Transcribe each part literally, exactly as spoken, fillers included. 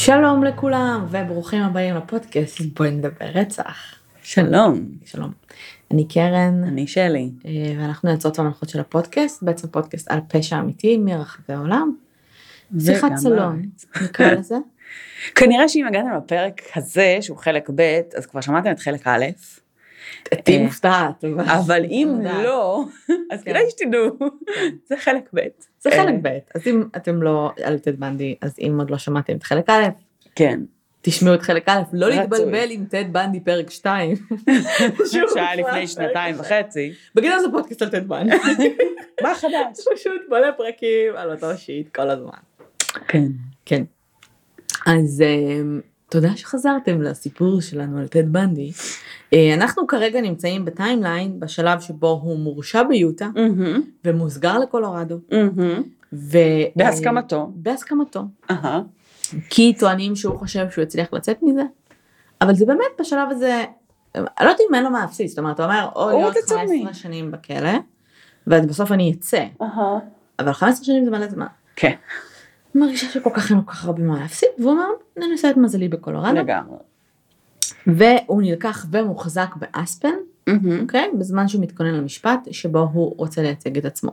שלום לכולם וברוכים הבאים לפודקאסט בואי נדבר רצח. שלום. שלום. אני קרן. אני שלי. ואנחנו יוצאות והמנחות של הפודקאסט, בעצם פודקאסט על פשע אמיתי מרחבי העולם. שיחת סלון, נקרא לזה. כנראה שאם הגעתם לפרק הזה, שהוא חלק ב', אז כבר שמעתם את חלק א'. תהי מופתעת. אבל אם לא, אז כדאי שתדעו. זה חלק ב'. זה חלק ב'. אז אם אתם לא על טד בנדי, אז אם עוד לא שמעתם את חלק א', כן. תשמעו את חלק א', לא להתבלבל עם טד בנדי פרק שתיים. שהיה לפני שנתיים וחצי. בגלל זה פודקאסט על טד בנדי. מה חדש? פשוט מלא פרקים על אותו שיט כל הזמן. כן. כן. אז תודה שחזרתם לסיפור שלנו על טד בנדי. אנחנו כרגע נמצאים בטיימליין בשלב שבו הוא מורשע ביוטה ומוסגר לקולורדו. בהסכמתו. בהסכמתו. כי טוענים שהוא חושב שהוא יצליח לצאת מזה. אבל זה באמת בשלב הזה, אני לא יודעת אם אין לו מה להפסיד, זאת אומרת, הוא אומר, או להיות חמש עשרה שנים בכלא, ובסוף אני אצא. אבל חמש עשרה שנים זה מלא זמן. כן. אני מרגישה שכל כך אין לו כך הרבה מה להפסיד, והוא אומר, ננסה את מזלי בקולורדו. לגמרי. והוא נלקח ומוחזק באספן, אוקיי? בזמן שהוא מתכונן למשפט, שבו הוא רוצה לייצג את עצמו.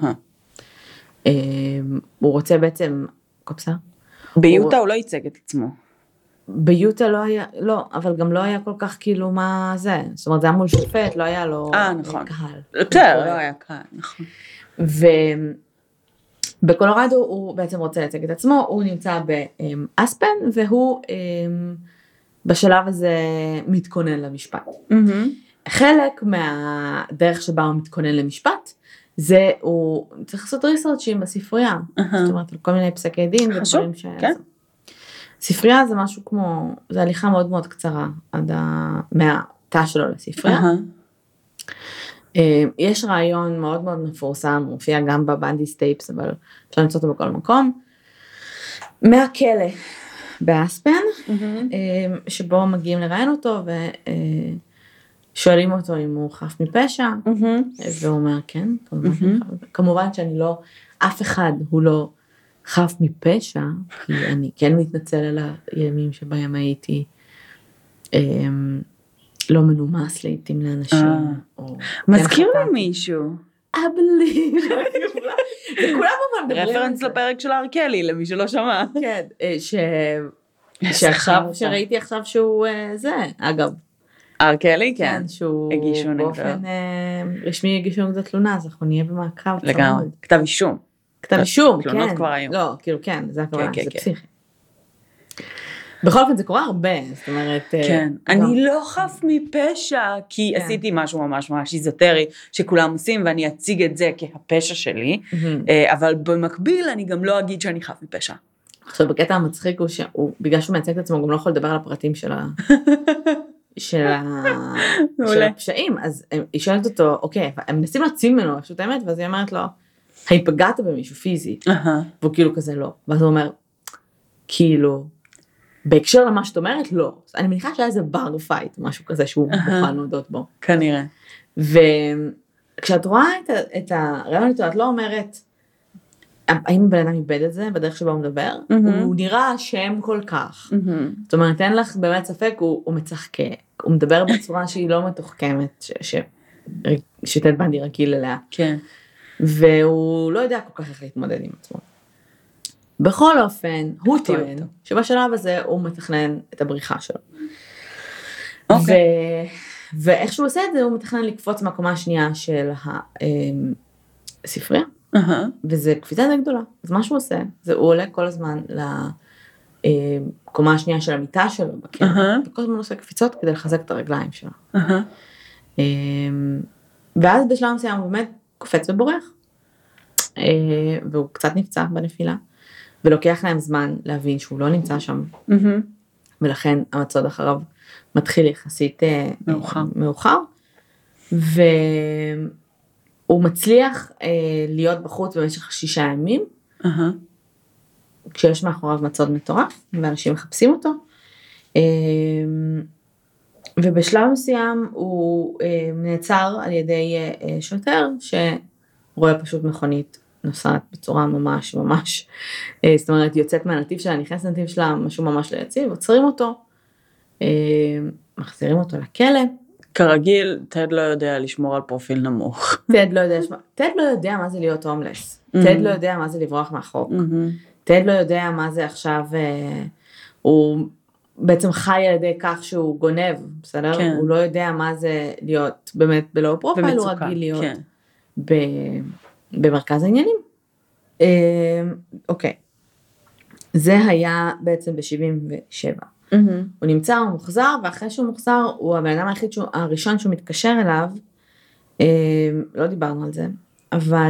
הוא רוצה בעצם, קופסה? ביוטה הוא לא ייצג את עצמו. ביוטה לא היה, לא, אבל גם לא היה כל כך כאילו מה זה, זאת אומרת זה היה מול שופט, לא היה לו קהל. יותר, לא היה קהל, נכון. ובקולורדו הוא בעצם רוצה לייצג את עצמו, הוא נמצא באספן, והוא בשלב הזה מתכונן למשפט. חלק מהדרך שבה הוא מתכונן למשפט, זה הוא צריך לעשות ריסרצ'ים בספרייה, זאת אומרת על כל מיני פסקי דין ודברים ש... ספרייה זה משהו כמו, זה הליכה מאוד מאוד קצרה, עד מהתא שלו לספרייה. יש רעיון מאוד מאוד מפורסם, מופיע גם בבנדי סטייפס, אבל אפשר למצוא אותו בכל מקום, מהכלא באספן, שבו מגיעים לראיין אותו, ושואלים אותו אם הוא חף מפשע, והוא אומר כן, כמובן שאני לא, אף אחד הוא לא, חף מפשע, כי אני כן מתנצל על הימים שבהם הייתי לא מנומס לעתים לאנשים. מזכיר לי מישהו. אבלי. זה כולם אבל מדברים. רפרנס לפרק של ארקלי, למי שלא שמע. כן, שעכשיו, שראיתי עכשיו שהוא זה, אגב. ארקלי, כן. שהוא באופן רשמי הגישו נגדו תלונה, אז אנחנו נהיה במעקב. לגמרי, כתב אישום. כתב אישום, כן. תלונות כבר היום. לא, כאילו כן, זה כבר, זה פסיכי. בכל אופן זה קורה הרבה, זאת אומרת... כן, אני לא חף מפשע, כי עשיתי משהו ממש ממש איזוטרי, שכולם עושים, ואני אציג את זה כהפשע שלי, אבל במקביל אני גם לא אגיד שאני חף מפשע. עכשיו, בקטע המצחיק הוא שהוא, בגלל שהוא מייצג את עצמו, הוא גם לא יכול לדבר על הפרטים של ה... של הפשעים, אז היא שואלת אותו, אוקיי, הם מנסים להוציא ממנו, פשוט האמת, ואז היא אומרת לו, האם פגעת במישהו פיזית? והוא כאילו כזה לא. ואז הוא אומר, כאילו, בהקשר למה שאת אומרת, לא. אני מניחה שהיה איזה בר פייט, משהו כזה שהוא מוכן להודות בו. כנראה. וכשאת רואה את הרעיון איתו, את לא אומרת, האם בן אדם איבד את זה בדרך שבה הוא מדבר? הוא נראה שם כל כך. זאת אומרת, אין לך באמת ספק, הוא מצחקה. הוא מדבר בצורה שהיא לא מתוחכמת, שטד בנדי רגיל אליה. כן. והוא לא יודע כל כך איך להתמודד עם עצמו. בכל אופן, הוא טוען שבשלב הזה הוא מתכנן את הבריחה שלו. ואיך שהוא עושה את זה, הוא מתכנן לקפוץ מהקומה השנייה של הספרייה, וזה קפיצה די גדולה. אז מה שהוא עושה, זה הוא עולה כל הזמן לקומה השנייה של המיטה שלו, וכל הזמן עושה קפיצות כדי לחזק את הרגליים שלו. ואז בשלב מסוים הוא באמת קופץ ובורח, והוא קצת נפצע בנפילה, ולוקח להם זמן להבין שהוא לא נמצא שם, ולכן המצוד אחריו מתחיל יחסית מאוחר, והוא מצליח להיות בחוץ במשך שישה ימים, כשיש מאחוריו מצוד מטורף, ואנשים מחפשים אותו, ובשלב מסוים הוא נעצר על ידי שוטר, שרואה פשוט מכונית נוסעת בצורה ממש ממש, זאת אומרת, יוצאת מהנתיב שלה, נכנסת לנתיב שלה, משהו ממש לא יציב, עוצרים אותו, מחזירים אותו לכלא. כרגיל, טד לא יודע לשמור על פרופיל נמוך. טד לא יודע, טד לא יודע מה זה להיות הומלס, טד לא יודע מה זה לברוח מהחוק, טד לא יודע מה זה עכשיו, הוא בעצם חי על ידי כך שהוא גונב, בסדר? כן. הוא לא יודע מה זה להיות באמת בלא פרופייל, הוא רגיל להיות כן. ב, במרכז העניינים. אוקיי, זה היה בעצם ב-שבעים ושבע. Mm-hmm. הוא נמצא, הוא מוחזר, ואחרי שהוא מוחזר, הוא הבן אדם היחיד שהוא, הראשון שהוא מתקשר אליו, לא דיברנו על זה, אבל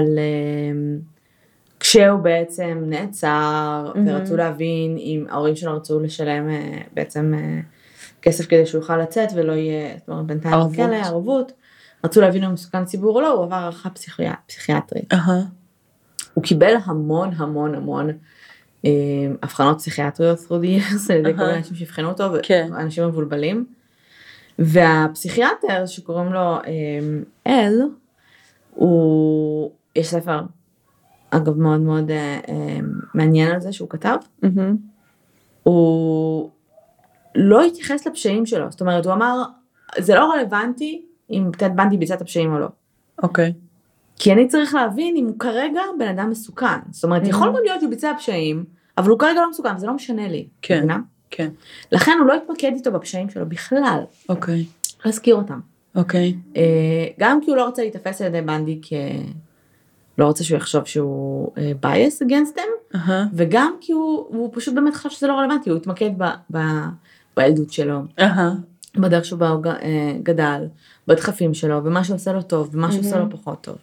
כשהוא בעצם נעצר, mm-hmm. ורצו להבין אם ההורים שלו רצו לשלם בעצם כסף כדי שהוא יוכל לצאת, ולא יהיה, זאת אומרת, בינתיים בכלא, ערבות, רצו להבין אם הוא מסוכן ציבור או לא, הוא עבר הערכה פסיכיאטרית. Uh-huh. הוא קיבל המון המון המון הבחנות פסיכיאטריות through the years, על ידי כל מיני אנשים שיבחנו אותו, ואנשים מבולבלים. והפסיכיאטר שקוראים לו אל, הוא, יש ספר, אגב מאוד מאוד מעניין על זה שהוא כתב, הוא לא התייחס לפשעים שלו, זאת אומרת, הוא אמר, זה לא רלוונטי אם טד בנדי ביצע את הפשעים או לא. אוקיי. כי אני צריך להבין אם הוא כרגע בן אדם מסוכן. זאת אומרת, יכול מאוד להיות שהוא ביצע פשעים, אבל הוא כרגע לא מסוכן, זה לא משנה לי. כן, מבינה? כן. לכן הוא לא התמקד איתו בפשעים שלו בכלל. אוקיי. לא הזכיר אותם. אוקיי. גם כי הוא לא רוצה להתאפס על ידי בנדי, כי לא רוצה שהוא יחשוב שהוא bias against them, וגם כי הוא פשוט באמת חשב שזה לא רלוונטי, הוא התמקד בילדות שלו. בדרך שבו הוא גדל, בדחפים שלו, במה שעושה לו טוב, במה שעושה לו פחות טוב.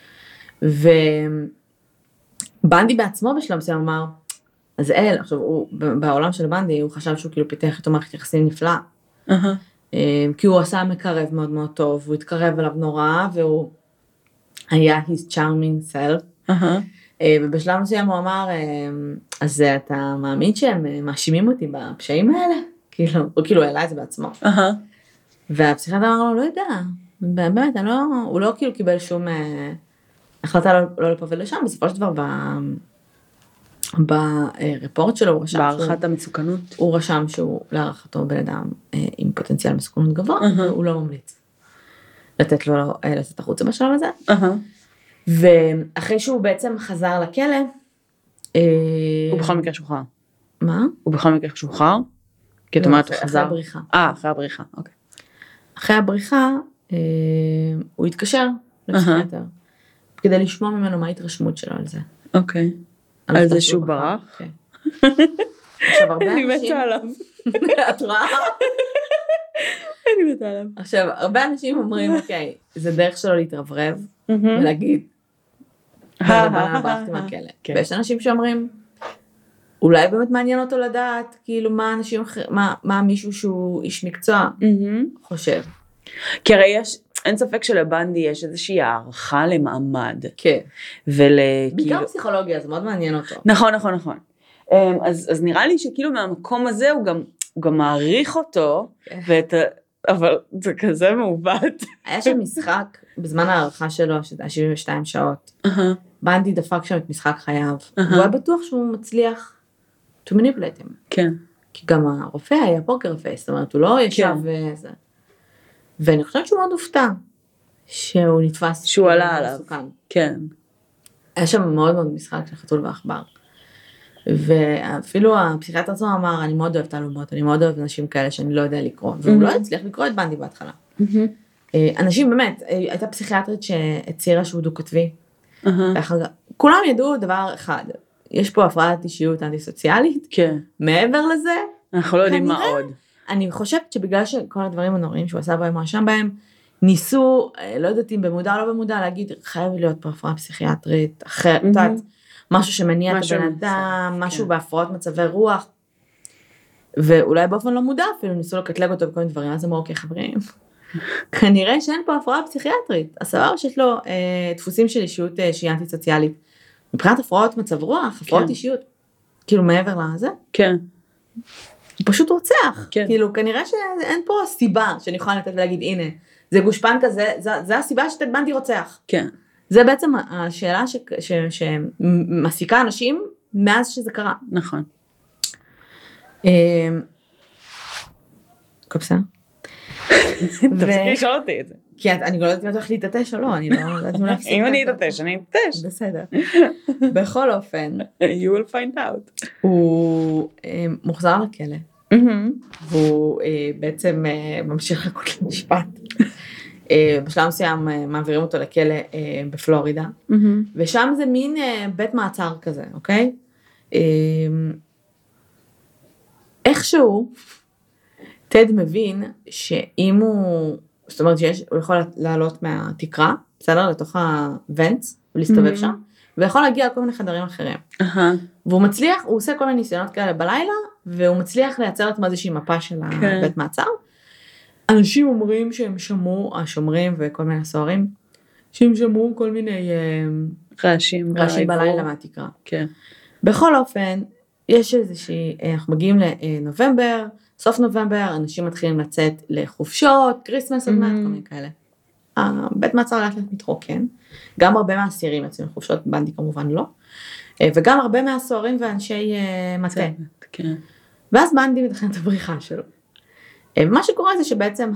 ובנדי בעצמו בשלב מסוים אמר, אז אל, עכשיו, הוא, בעולם של בנדי, הוא חשב שהוא כאילו פיתח איתו מערכת יחסים נפלאה, כי הוא עשה מקרב מאוד מאוד טוב, הוא התקרב אליו נורא, והוא היה his charming self, ובשלב מסוים הוא אמר, אז אתה מאמין שהם מאשימים אותי בפשעים האלה? כאילו, הוא כאילו העלה את זה בעצמו. והפסיכיאטר אמר לו, לא יודע, באמת, לא, הוא לא כאילו קיבל שום החלטה לא, לא לפה ולשם, בסופו של דבר ברפורט שלו הוא רשם, בהערכת המסוכנות, הוא רשם שהוא להערכתו בן אדם עם פוטנציאל מסוכנות גבוה, הוא לא ממליץ לתת לו לצאת החוצה בשלב הזה, ואחרי שהוא בעצם חזר לכלא, הוא בכל מקרה שוחרר. מה? הוא בכל מקרה שוחרר? כי את אומרת, הוא חזר? אחרי הבריחה. אה, אחרי הבריחה, אוקיי. אחרי הבריחה, הוא התקשר לפסיכיאטר, כדי לשמוע ממנו מה ההתרשמות שלו על זה. אוקיי. על זה שהוא ברח? כן. עכשיו, הרבה אנשים... אני מתה עליו. את רואה? אני מתה עליו. עכשיו, הרבה אנשים אומרים, אוקיי, זה דרך שלו להתרברב, ולהגיד, ברחתי מהכלא. ויש אנשים שאומרים, אולי באמת מעניין אותו לדעת, כאילו, מה אנשים, מה מישהו שהוא איש מקצוע חושב. כי הרי יש... אין ספק שלבנדי יש איזושהי הערכה למעמד. כן. ול... בעיקר פסיכולוגיה, זה מאוד מעניין אותו. נכון, נכון, נכון. אז, אז נראה לי שכאילו מהמקום הזה הוא גם, הוא גם מעריך אותו, ואת, אבל זה כזה מעוות. היה שם משחק בזמן הערכה שלו, שזה היה שבעים ושתיים שעות. בנדי דפק שם את משחק חייו. הוא היה בטוח שהוא מצליח to manipulate him. כן. כי גם הרופא היה פוקר פייס, זאת אומרת, הוא לא ישב וזה. ואני חושבת שהוא מאוד הופתע, שהוא נתפס. שהוא עלה עליו. כן. היה שם מאוד מאוד משחק של חתול ועכבר. ואפילו הפסיכיאטר עצמו אמר, אני מאוד אוהב תעלומות, אני מאוד אוהב אנשים כאלה שאני לא יודע לקרוא, והוא לא הצליח לקרוא את בנדי בהתחלה. אנשים באמת, הייתה פסיכיאטרית שהצהירה שהוא דו-כתבי. כולם ידעו דבר אחד, יש פה הפרעת אישיות אנטי-סוציאלית, מעבר לזה, אנחנו לא יודעים מה עוד. אני חושבת שבגלל שכל הדברים הנוראים שהוא עשה בהם, מואשם בהם, ניסו, לא יודעת אם במודע או לא במודע, להגיד, חייב להיות פה הפרעה פסיכיאטרית, אחרת, משהו שמניע את הבן אדם, משהו בהפרעות מצבי רוח, ואולי באופן לא מודע אפילו, ניסו לקטלג אותו בכל מיני דברים, אז אמרו, אוקיי חברים, כנראה שאין פה הפרעה פסיכיאטרית, הסבבה שיש לו דפוסים של אישיות שהיא אנטי-סוציאלית, מבחינת הפרעות מצב רוח, הפרעות אישיות, כאילו מעבר לזה, כן. הוא פשוט רוצח, כאילו כנראה שאין פה סיבה שאני יכולה לתת ולהגיד, הנה, זה גושפן כזה, זה הסיבה שטד בנדי רוצח. כן. זה בעצם השאלה שמסיקה אנשים מאז שזה קרה. נכון. קופסה? תפסיק לשאול אותי את זה. כי אני לא יודעת אם אתה הולך להתעטש או לא, אני לא יודעת אם להפסיק. אם אני אתעטש, אני אתעטש. בסדר. בכל אופן. You will find out. הוא מוחזר לכלא. והוא בעצם ממשיך לחכות למשפט. בשלב מסוים מעבירים אותו לכלא בפלורידה. ושם זה מין בית מעצר כזה, אוקיי? איכשהו, טד מבין שאם הוא, זאת אומרת שהוא יכול לעלות מהתקרה, בסדר, לתוך הוונטס, ולהסתובב שם, ויכול להגיע לכל מיני חדרים אחרים. והוא מצליח, הוא עושה כל מיני ניסיונות כאלה בלילה, והוא מצליח לייצר את איזושהי מפה של הבית מעצר. אנשים אומרים שהם שמעו, השומרים וכל מיני סוהרים, שהם שמעו כל מיני רעשים בלילה מהתקרה. בכל אופן, יש איזושהי, אנחנו מגיעים לנובמבר, סוף נובמבר, אנשים מתחילים לצאת לחופשות, קריסמס, עוד מעט, כל מיני כאלה. הבית מעצר לאט לאט מתרוקן, גם הרבה מהאסירים יוצאים לחופשות, בנדי כמובן לא, וגם הרבה מהסוהרים ואנשי מטה. ואז בנדי מתכנן את הבריחה שלו. מה שקורה זה שבעצם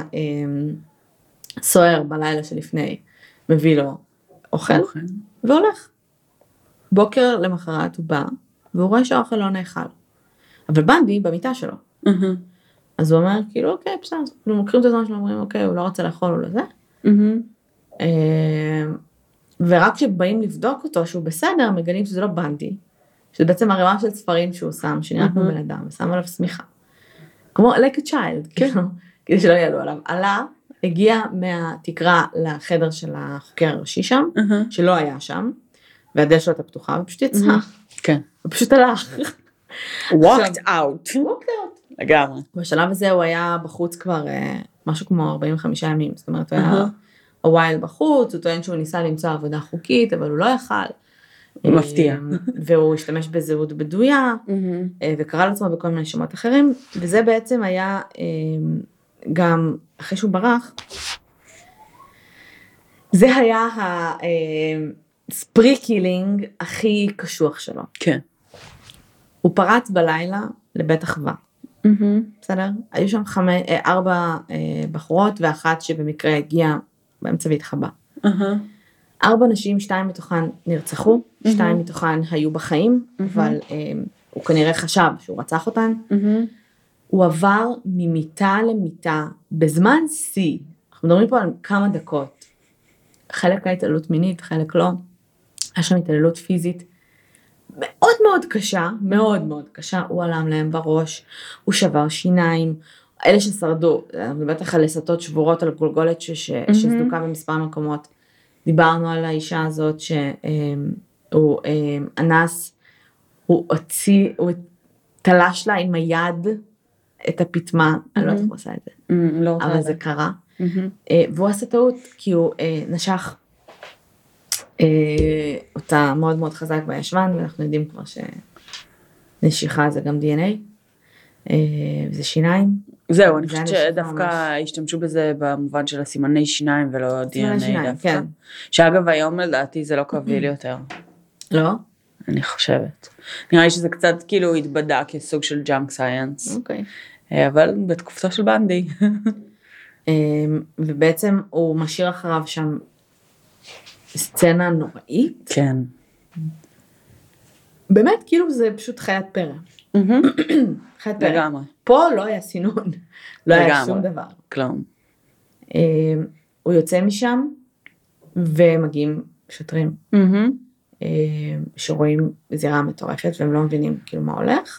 הסוהר בלילה שלפני מביא לו אוכל, והולך. בוקר למחרת הוא בא, והוא רואה שהאוכל לא נאכל. אבל בנדי במיטה שלו. אז הוא אומר, כאילו, אוקיי, בסדר, אנחנו מוקרים את הזמן שלו, אומרים, אוקיי, הוא לא רוצה לאכול, הוא לא זה. ורק כשבאים לבדוק אותו, שהוא בסדר, מגלים שזה לא בנדי, שזה בעצם הרמה של ספרים שהוא שם, שנראה כמו בן אדם, ושם עליו סמיכה. כמו like a child, כאילו, כדי שלא יעלו עליו. עלה, הגיע מהתקרה לחדר של החוקר הראשי שם, שלא היה שם, והדלת שלו הייתה פתוחה, ופשוט יצא. כן. ופשוט הלך. walked out. walked out. לגמרי. בשלב הזה הוא היה בחוץ כבר משהו כמו ארבעים וחמישה ימים, זאת אומרת, הוא היה הווייל בחוץ, הוא טוען שהוא ניסה למצוא עבודה חוקית, אבל הוא לא יכל. מפתיע. והוא השתמש בזהות בדויה, וקרא לעצמו בכל מיני שמות אחרים, וזה בעצם היה גם, אחרי שהוא ברח, זה היה הספרי קילינג הכי קשוח שלו. כן. הוא פרץ בלילה לבית אחווה. בסדר? היו שם חמש, ארבע בחורות, ואחת שבמקרה הגיעה באמצע והתחבא. ארבע נשים, שתיים מתוכן נרצחו, שתיים מתוכן היו בחיים, אבל הוא כנראה חשב שהוא רצח אותן. הוא עבר ממיטה למיטה, בזמן C, אנחנו מדברים פה על כמה דקות, חלק ההתעללות מינית, חלק לא, היה שם התעללות פיזית, מאוד מאוד קשה, מאוד מאוד קשה, הוא עלם להם בראש, הוא שבר שיניים, אלה ששרדו, בטח על לסתות שבורות על גולגולת שסדוקה במספר מקומות, דיברנו על האישה הזאת שהוא אנס, הוא הוציא, הוא תלש לה עם היד את הפתמה, אני לא יודעת איך הוא עושה את זה, אבל זה קרה, והוא עשה טעות, כי הוא נשך אותה מאוד מאוד חזק בישבן, ואנחנו יודעים כבר שנשיכה זה גם די אן איי, וזה שיניים. זהו, אני חושבת שדווקא השתמשו בזה במובן של הסימני שיניים ולא די אן איי דווקא. שאגב היום לדעתי זה לא קביל יותר. לא? אני חושבת. נראה לי שזה קצת כאילו התבדע כסוג של ג'אנק סייאנס. אוקיי. אבל בתקופתו של בנדי. ובעצם הוא משאיר אחריו שם סצנה נוראית. כן. באמת, כאילו זה פשוט חיית פרא. חיית פרא. לגמרי. פה לא היה סינון. לא היה שום דבר. כלום. הוא יוצא משם, ומגיעים שוטרים. שרואים זירה מטורפת, והם לא מבינים כאילו מה הולך.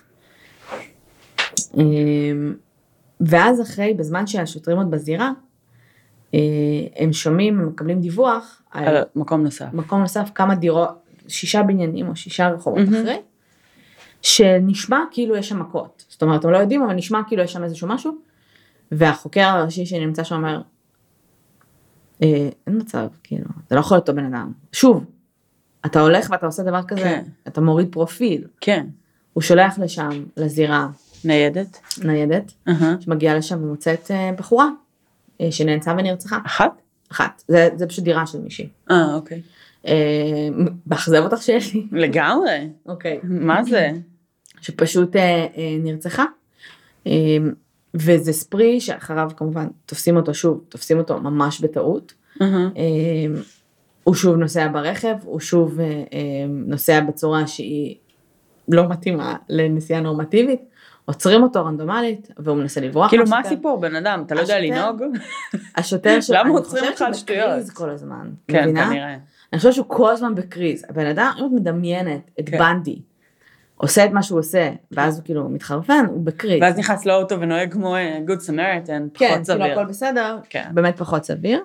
ואז אחרי, בזמן שהשוטרים עוד בזירה, הם שומעים, הם מקבלים דיווח, על מקום נוסף. מקום נוסף, כמה דירות, שישה בניינים או שישה רחובות אחרי, שנשמע כאילו יש שם מכות. זאת אומרת, הם לא יודעים, אבל נשמע כאילו יש שם איזשהו משהו, והחוקר הראשי שנמצא שם אומר, אין מצב, כאילו, אתה לא יכול להיות אותו בן אדם. שוב, אתה הולך ואתה עושה דבר כזה, אתה מוריד פרופיל. כן. הוא שולח לשם, לזירה. ניידת. ניידת, שמגיעה לשם ומוצאת בחורה, שנאנסה ונרצחה. אחת? אחת, זה, זה פשוט דירה של מישהי. אה, אוקיי. באכזב אותך שיש לי? לגמרי. אוקיי. מה זה? שפשוט נרצחה, וזה ספרי שאחריו כמובן תופסים אותו שוב, תופסים אותו ממש בטעות, הוא שוב נוסע ברכב, הוא שוב נוסע בצורה שהיא לא מתאימה לנסיעה נורמטיבית, עוצרים אותו רנדומלית, והוא מנסה לברוח. כאילו מה הסיפור, בן אדם, אתה לא יודע לנהוג? השוטר שלו, למה עוצרים לך על שטויות? בקריז כל הזמן, כן, מבינה? כנראה. אני חושבת שהוא כל הזמן בקריז, הבן אדם, אם את מדמיינת את בנדי, עושה את מה שהוא עושה, ואז הוא כאילו מתחרפן, הוא בקריז. ואז נכנס לאוטו ונוהג כמו Good Samaritan, פחות כן, סביר. כאילו הכל בסדר, כן. באמת פחות סביר.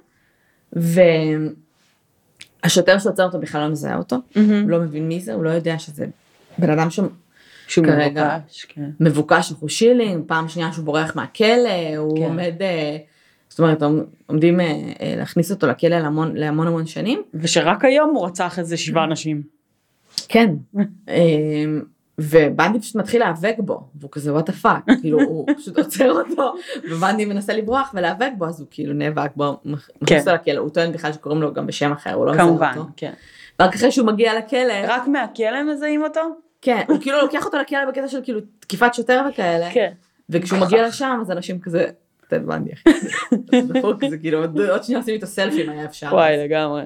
והשוטר שעוצר אותו בכלל לא מזהה אותו, הוא לא מבין מי זה, הוא לא יודע שזה בן אדם שם, שהוא כרגע מבוקש, כן. מבוקש חושילים, פעם שנייה שהוא בורח מהכלא, הוא כן. עומד, זאת אומרת, עומדים להכניס אותו לכלא להמון, להמון המון שנים. ושרק היום הוא רצח איזה שבעה אנשים. כן, ובנדי פשוט מתחיל להיאבק בו, והוא כזה what the fuck, כאילו הוא פשוט עוצר אותו, ובנדי מנסה לברוח ולהיאבק בו, אז הוא כאילו נאבק בו, מכניס אותו לכלא, הוא טוען בכלל שקוראים לו גם בשם אחר, הוא לא מזהה אותו. כמובן, כן. ורק אחרי שהוא מגיע לכלא, רק מהכלא מזהים אותו? כן, הוא כאילו לוקח אותו לכלא בקטע של כאילו תקיפת שוטר וכאלה, כן. וכשהוא מגיע לשם, אז אנשים כזה, תן בנדי אחי, דפוק, זה כאילו, עוד שניה עושים איתו סלפים היה אפשר. וואי, לגמרי.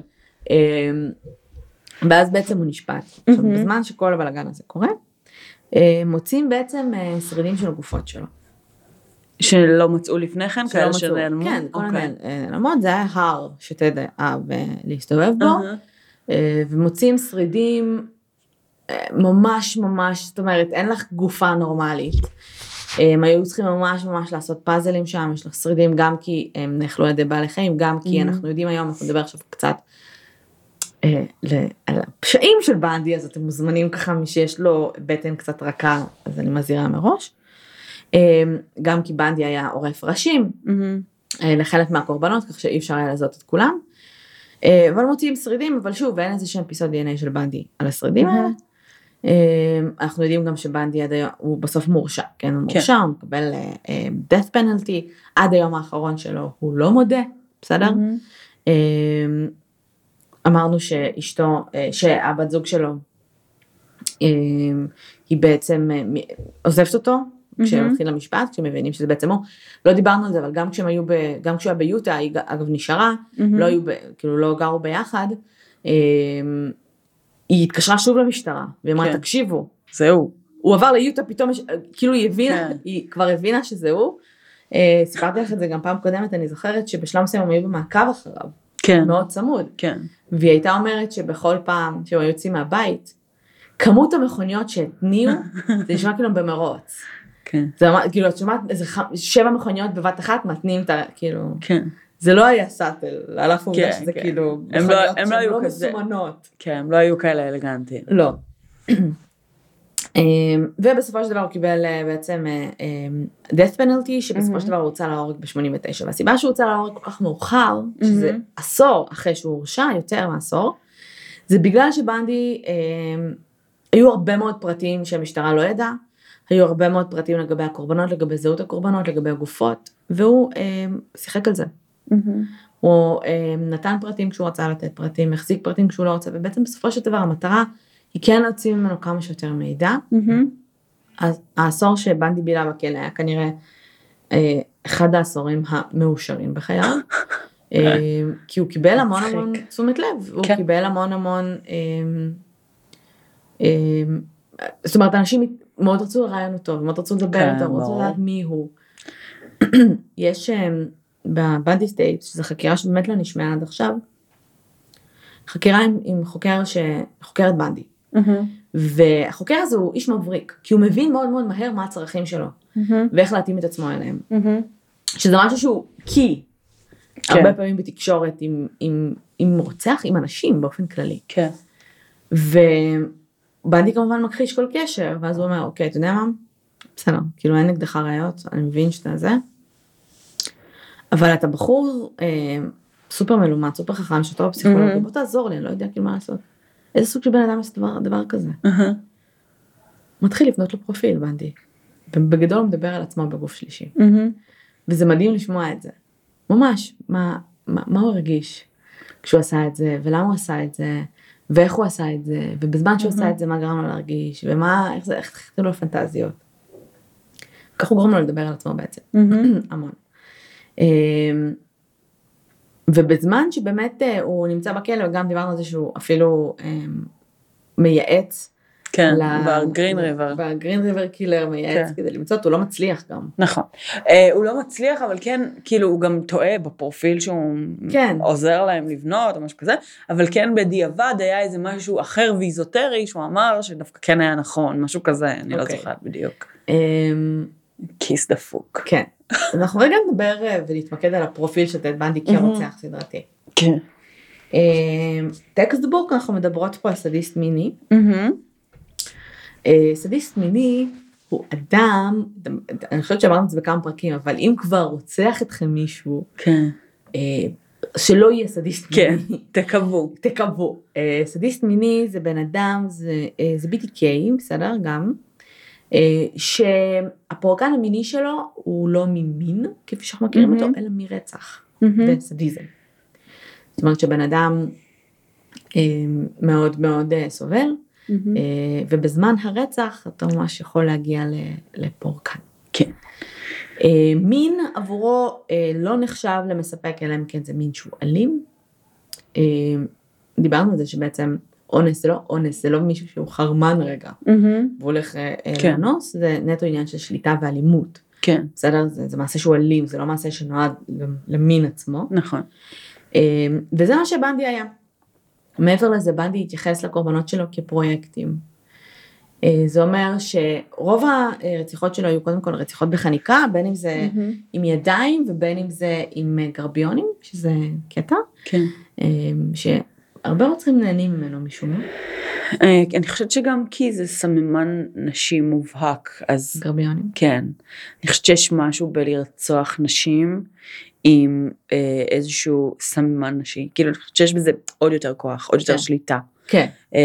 ואז בעצם הוא נשפט. עכשיו, בזמן שכל הבלגן הזה קורה, מוצאים בעצם שרידים של הגופות שלו. שלא מצאו לפני כן, כאלה שנעלמו? כן, כל הנעלמות, זה היה הר שתד אהב להסתובב בו, ומוצאים שרידים ממש ממש, זאת אומרת, אין לך גופה נורמלית. הם היו צריכים ממש ממש לעשות פאזלים שם, יש לך שרידים גם כי הם נאכלו על ידי בעלי חיים, גם כי אנחנו יודעים היום, אנחנו נדבר עכשיו קצת, על הפשעים של בנדי, אז אתם מוזמנים ככה מי שיש לו בטן קצת רכה, אז אני מזהירה מראש. גם כי בנדי היה עורף ראשים, לחלק מהקורבנות, כך שאי אפשר היה לזאת את כולם. אבל מוצאים שרידים, אבל שוב, אין איזה שם פיסות די אן איי של בנדי על השרידים האלה. אנחנו יודעים גם שבנדי עד היום, הוא בסוף מורשע, כן, הוא מורשע, הוא מקבל death penalty, עד היום האחרון שלו הוא לא מודה, בסדר? אמרנו שאשתו, שהבת זוג שלו, היא בעצם עוזבת אותו, כשהם מתחיל למשפט, כשהם מבינים שזה בעצם הוא, לא דיברנו על זה, אבל גם כשהם היו, גם כשהוא היה ביוטה, היא אגב נשארה, לא היו, כאילו לא גרו ביחד, היא התקשרה שוב למשטרה, והיא אמרה, תקשיבו, זהו. הוא עבר ליוטה, פתאום, כאילו היא הבינה, היא כבר הבינה שזהו, סיפרתי לך את זה גם פעם קודמת, אני זוכרת שבשלב מסוים הם היו במעקב אחריו, כן. מאוד צמוד. כן. והיא הייתה אומרת שבכל פעם שהם היו יוצאים מהבית, כמות המכוניות שהתניעו, זה נשמע כאילו במרוץ. כן. זה כאילו, את שומעת, איזה שבע מכוניות בבת אחת, מתניעים את ה... כאילו... כן. זה לא היה סאטל, על אף עובדה כן, שזה כן. כאילו... הם לא, הם לא היו לא כזה... מסומנות. כן, הם לא היו כאלה אלגנטיים. לא. ובסופו של דבר הוא קיבל בעצם death penalty, שבסופו של דבר הוא הוצא להורג ב-שמונים ותשע, והסיבה שהוא הוצא להורג כל כך מאוחר, שזה עשור אחרי שהוא הורשע, יותר מעשור, זה בגלל שבנדי, היו הרבה מאוד פרטים שהמשטרה לא ידעה, היו הרבה מאוד פרטים לגבי הקורבנות, לגבי זהות הקורבנות, לגבי הגופות, והוא שיחק על זה. הוא נתן פרטים כשהוא רצה לתת פרטים, החזיק פרטים כשהוא לא רוצה, ובעצם בסופו של דבר המטרה, היא כן להוציא ממנו כמה שיותר מידע. אז העשור שבנדי בילה בכלא היה כנראה אחד העשורים המאושרים בחייו, כי הוא קיבל המון המון תשומת לב, הוא קיבל המון המון, זאת אומרת, אנשים מאוד רצו לראיין אותו, מאוד רצו לדבר איתו, רצו לדעת מי הוא. יש בבנדי סטייט, שזו חקירה שבאמת לא נשמעה עד עכשיו, חקירה עם, עם חוקר שחוקרת בנדי. והחוקר הזה הוא איש מבריק, כי הוא מבין מאוד מאוד מהר מה הצרכים שלו, ואיך להתאים את עצמו אליהם. שזה משהו שהוא קי, הרבה פעמים בתקשורת עם, עם, עם רוצח, עם אנשים באופן כללי. כן. ובנדי כמובן מכחיש כל קשר, ואז הוא אומר, אוקיי, אתה יודע מה? בסדר, כאילו אין נגדך ראיות, אני מבין שאתה זה, אבל אתה בחור אה, סופר מלומד, סופר חכם, שאתה בפסיכולוגיה, בוא תעזור לי, אני לא יודע כאילו מה לעשות. איזה סוג של בן אדם עושה דבר, דבר כזה? מתחיל לבנות לו פרופיל, בנדי. ובגדול הוא מדבר על עצמו בגוף שלישי. וזה מדהים לשמוע את זה. ממש, מה, מה, מה הוא הרגיש כשהוא עשה את זה, ולמה הוא עשה את זה, ואיך הוא עשה את זה, ובזמן שהוא עשה את זה, מה גרם לו להרגיש, ומה, איך זה, איך תחתנו לו פנטזיות. כך הוא גורם לו לדבר על עצמו בעצם, המון. ובזמן שבאמת הוא נמצא בכלא, וגם דיברנו על זה שהוא אפילו מייעץ, כן, בגרין ריבר. בגרין ריבר קילר מייעץ כדי למצוא, הוא לא מצליח גם. נכון. הוא לא מצליח, אבל כן, כאילו הוא גם טועה בפרופיל שהוא עוזר להם לבנות או משהו כזה, אבל כן בדיעבד היה איזה משהו אחר ואיזוטרי, שהוא אמר שדווקא כן היה נכון, משהו כזה, אני לא זוכרת בדיוק. כיס דפוק. כן. אנחנו רגע נדבר ולהתמקד על הפרופיל של טד בנדי כרוצח סדרתי. כן. טקסט בוק, אנחנו מדברות פה על סדיסט מיני. סדיסט מיני הוא אדם, אני חושבת שאמרנו את זה בכמה פרקים, אבל אם כבר רוצח אתכם מישהו, שלא יהיה סדיסט מיני. כן, תקוו. תקוו. סדיסט מיני זה בן אדם, זה בי טי קיי, בסדר? גם. שהפורקן המיני שלו הוא לא ממין, כפי שאנחנו מכירים אותו, אלא מרצח וסדיזם. זאת אומרת שבן אדם מאוד מאוד סובל, ובזמן הרצח אתה ממש יכול להגיע לפורקן. כן. מין עבורו לא נחשב למספק, אלא אם כן זה מין שהוא אלים. דיברנו על זה שבעצם אונס זה לא אונס, זה לא מישהו שהוא חרמן רגע, והוא הולך לאנוס, זה נטו עניין של שליטה ואלימות. כן. בסדר? זה מעשה שהוא אלים, זה לא מעשה שנועד למין עצמו. נכון. וזה מה שבנדי היה. מעבר לזה, בנדי התייחס לקורבנות שלו כפרויקטים. זה אומר שרוב הרציחות שלו היו קודם כל רציחות בחניקה, בין אם זה עם ידיים, ובין אם זה עם גרביונים, שזה קטע. כן. שהרבה רוצים נהנים ממנו משום. אני חושבת שגם כי זה סממן נשים מובהק, אז... גרביונים? כן. אני חושבת שיש משהו בלרצוח נשים, עם אה, איזשהו סממן נשי, כאילו אני חושבת שיש בזה עוד יותר כוח, עוד יותר כן. שליטה. כן. אה,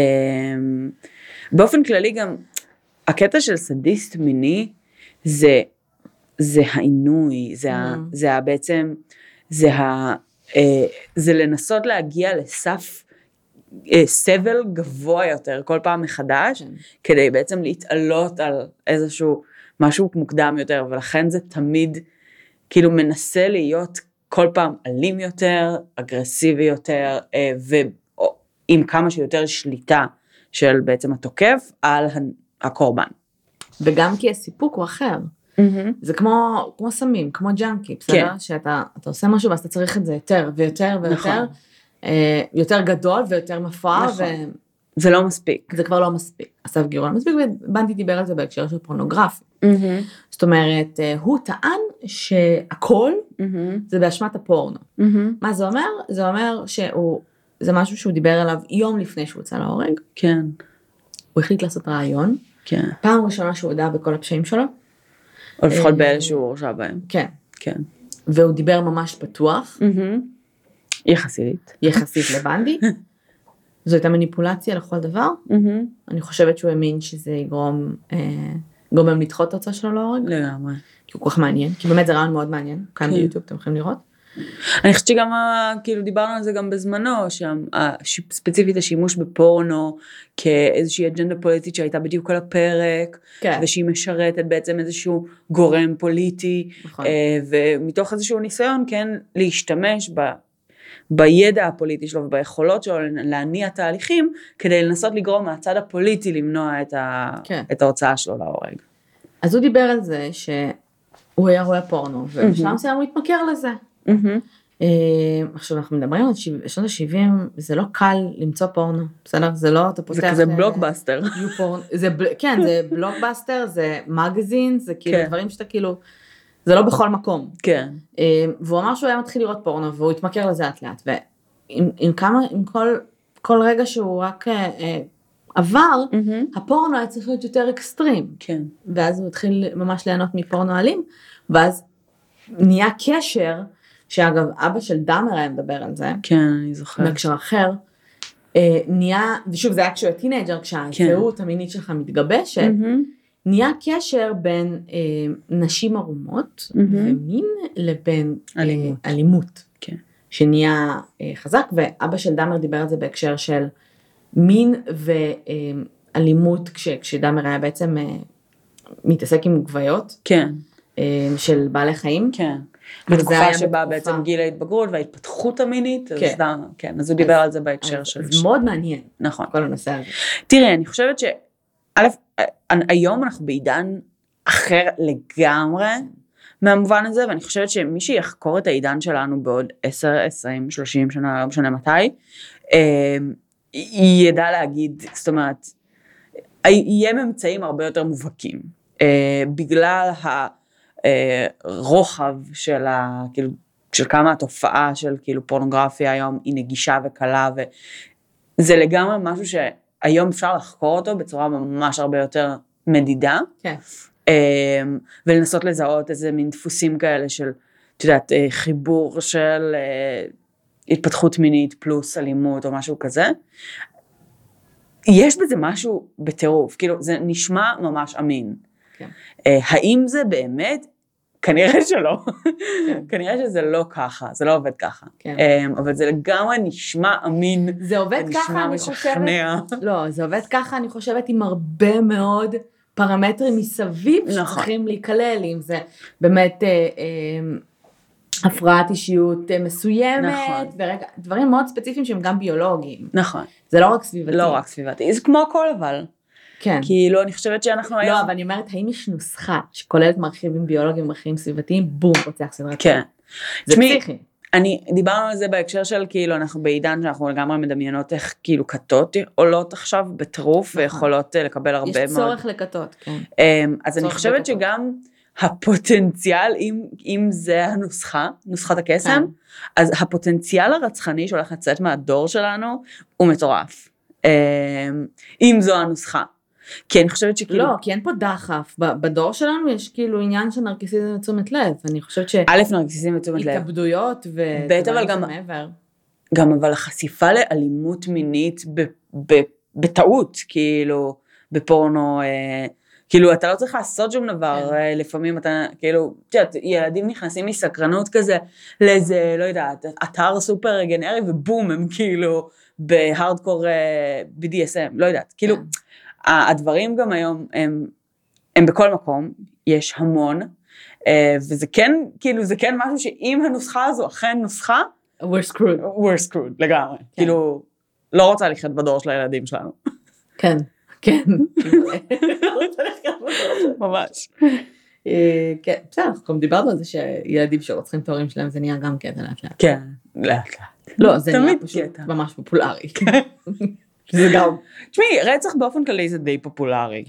באופן כללי גם, הקטע של סדיסט מיני, זה, זה העינוי, זה, mm. ה, זה ה, בעצם, זה, ה, אה, זה לנסות להגיע לסף אה, סבל גבוה יותר, כל פעם מחדש, כן. כדי בעצם להתעלות על איזשהו משהו מוקדם יותר, ולכן זה תמיד, כאילו מנסה להיות כל פעם אלים יותר, אגרסיבי יותר, ועם כמה שיותר שליטה של בעצם התוקף על הקורבן. וגם כי הסיפוק הוא אחר. זה כמו, כמו סמים, כמו ג'אנקי, בסדר? שאתה אתה עושה משהו ואז אתה צריך את זה יותר ויותר ויותר, יותר גדול ויותר מפואר. זה לא מספיק. זה כבר לא מספיק. אסף גירון מספיק, ובנדי דיבר על זה בהקשר של פורנוגרפיה. זאת אומרת, הוא טען שהכל זה באשמת הפורנו. מה זה אומר? זה אומר שהוא, זה משהו שהוא דיבר עליו יום לפני שהוא הוצא להורג. כן. הוא החליט לעשות רעיון. כן. פעם ראשונה שהוא הודע בכל הפשעים שלו. או לפחות באלה שהוא הורשע בהם. כן. כן. והוא דיבר ממש פתוח. יחסית. יחסית לבנדי. זו הייתה מניפולציה לכל דבר. אני חושבת שהוא האמין שזה יגרום, גורם לדחות את ההוצאה שלו להורג. לגמרי. כי הוא כל כך מעניין, כי באמת זה רעיון מאוד מעניין, כאן ביוטיוב אתם יכולים לראות. אני חושבת שגם, כאילו דיברנו על זה גם בזמנו, ספציפית השימוש בפורנו, כאיזושהי אג'נדה פוליטית שהייתה בדיוק על הפרק, ושהיא משרתת בעצם איזשהו גורם פוליטי, ומתוך איזשהו ניסיון, כן, להשתמש ב... בידע הפוליטי שלו וביכולות שלו להניע תהליכים, כדי לנסות לגרום מהצד הפוליטי למנוע את, ה... כן. את ההוצאה שלו להורג. אז הוא דיבר על זה שהוא היה רואה פורנו, ובשלב מסוים הוא התמכר לזה. Mm-hmm. עכשיו אנחנו מדברים על שנות ה-שבעים, זה לא קל למצוא פורנו, בסדר? זה לא, אתה פותח... זה כזה בלוקבאסטר. זה, כן, זה בלוקבאסטר, זה מגזין, זה כאילו דברים שאתה כאילו... זה לא בכל מקום. כן. והוא אמר שהוא היה מתחיל לראות פורנו, והוא התמכר לזה לאט לאט, ועם כמה, עם כל, כל רגע שהוא רק אה, עבר, mm-hmm. הפורנו היה צריך להיות יותר אקסטרים. כן. ואז הוא התחיל ממש ליהנות מפורנו אלים, ואז נהיה קשר, שאגב, אבא של דאמר היה מדבר על זה. כן, אני זוכרת. בהקשר אחר, אה, נהיה, ושוב, זה היה כשהוא טינג'ר, כשהזהות כן. המינית שלך מתגבשת, mm-hmm. נהיה קשר בין אה, נשים ערומות, mm-hmm. ומין לבין אלימות. אה, אלימות. כן. שנהיה חזק, ואבא של דאמר דיבר על זה בהקשר של מין ואלימות, כשדאמר היה בעצם מתעסק עם גוויות, כן. של בעלי חיים. כן. בתקופה שבה בעצם גיל ההתבגרות וההתפתחות המינית, אז, דם, כן, אז הוא דיבר על זה בהקשר של... זה מאוד מעניין, נכון. כל הנושא הזה. תראה, אני חושבת ש... א', היום אנחנו בעידן אחר לגמרי מהמובן הזה, ואני חושבת שמי שיחקור את העידן שלנו בעוד עשר, עשרים, שלושים שנה, לא משנה מתי, ידע להגיד, זאת אומרת, יהיה ממצאים הרבה יותר מובהקים, בגלל הרוחב של, ה, כאילו, של כמה התופעה של כאילו פורנוגרפיה היום היא נגישה וקלה, וזה לגמרי משהו שהיום אפשר לחקור אותו בצורה ממש הרבה יותר מדידה, כן. ולנסות לזהות איזה מין דפוסים כאלה של, את יודעת, חיבור של התפתחות מינית פלוס אלימות או משהו כזה. יש בזה משהו בטירוף, כאילו זה נשמע ממש אמין. כן. האם זה באמת? כנראה שלא. כן. כנראה שזה לא ככה, זה לא עובד ככה. כן. אבל זה לגמרי נשמע אמין. זה עובד ככה, אני חושבת. לא, זה עובד ככה, אני חושבת, עם הרבה מאוד פרמטרים מסביב שצריכים להיכלל, אם זה באמת הפרעת אישיות מסוימת, ודברים מאוד ספציפיים שהם גם ביולוגיים. נכון. זה לא רק סביבתי. לא רק סביבתי, זה כמו הכל אבל. כן. כאילו, אני חושבת שאנחנו היום... לא, אבל אני אומרת, האם יש נוסחה שכוללת מרחיבים ביולוגיים ומרחיבים סביבתיים, בום, רוצח סדרתי. כן. זה פסיכי. אני, דיברנו על זה בהקשר של, כאילו, אנחנו בעידן שאנחנו לגמרי מדמיינות איך, כאילו, כתות עולות עכשיו בטרוף, ויכולות לקבל הרבה מאוד. יש צורך לכתות, כן. אז אני חושבת שגם הפוטנציאל, אם, אם זה הנוסחה, נוסחת הקסם, אז הפוטנציאל הרצחני שהולך לצאת מהדור שלנו, הוא מטורף. אם זו הנוסחה. כי אני חושבת שכאילו... לא, כי אין פה דחף. בדור שלנו יש כאילו עניין של נרקיסיזם ותשומת לב. אני חושבת ש... א', נרקיסיזם ותשומת לב. התאבדויות ו... ב', אבל גם... גם אבל החשיפה לאלימות מינית בטעות, כאילו, בפורנו, כאילו, אתה לא צריך לעשות שום דבר, לפעמים אתה, כאילו, תשעת, ילדים נכנסים מסקרנות כזה, לאיזה, לא יודעת, אתר סופר גנרי, ובום, הם כאילו, בהארדקור בי די אס אם, לא יודעת, כאילו, הדברים גם היום הם, הם בכל מקום, יש המון, וזה כן, כאילו, זה כן משהו שאם הנוסחה הזו אכן נוסחה, we're screwed. we're screwed, לגמרי. כאילו, לא רוצה לחיות בדור של הילדים שלנו. כן, כן. ממש. כן, בסדר, אנחנו דיברנו על זה שילדים שרוצחים את ההורים שלהם, זה נהיה גם קטע לאט לאט. כן, לאט לאט. לא, זה נהיה פשוט ממש פופולרי. זה גם. תשמעי, רצח באופן כללי זה די פופולרי.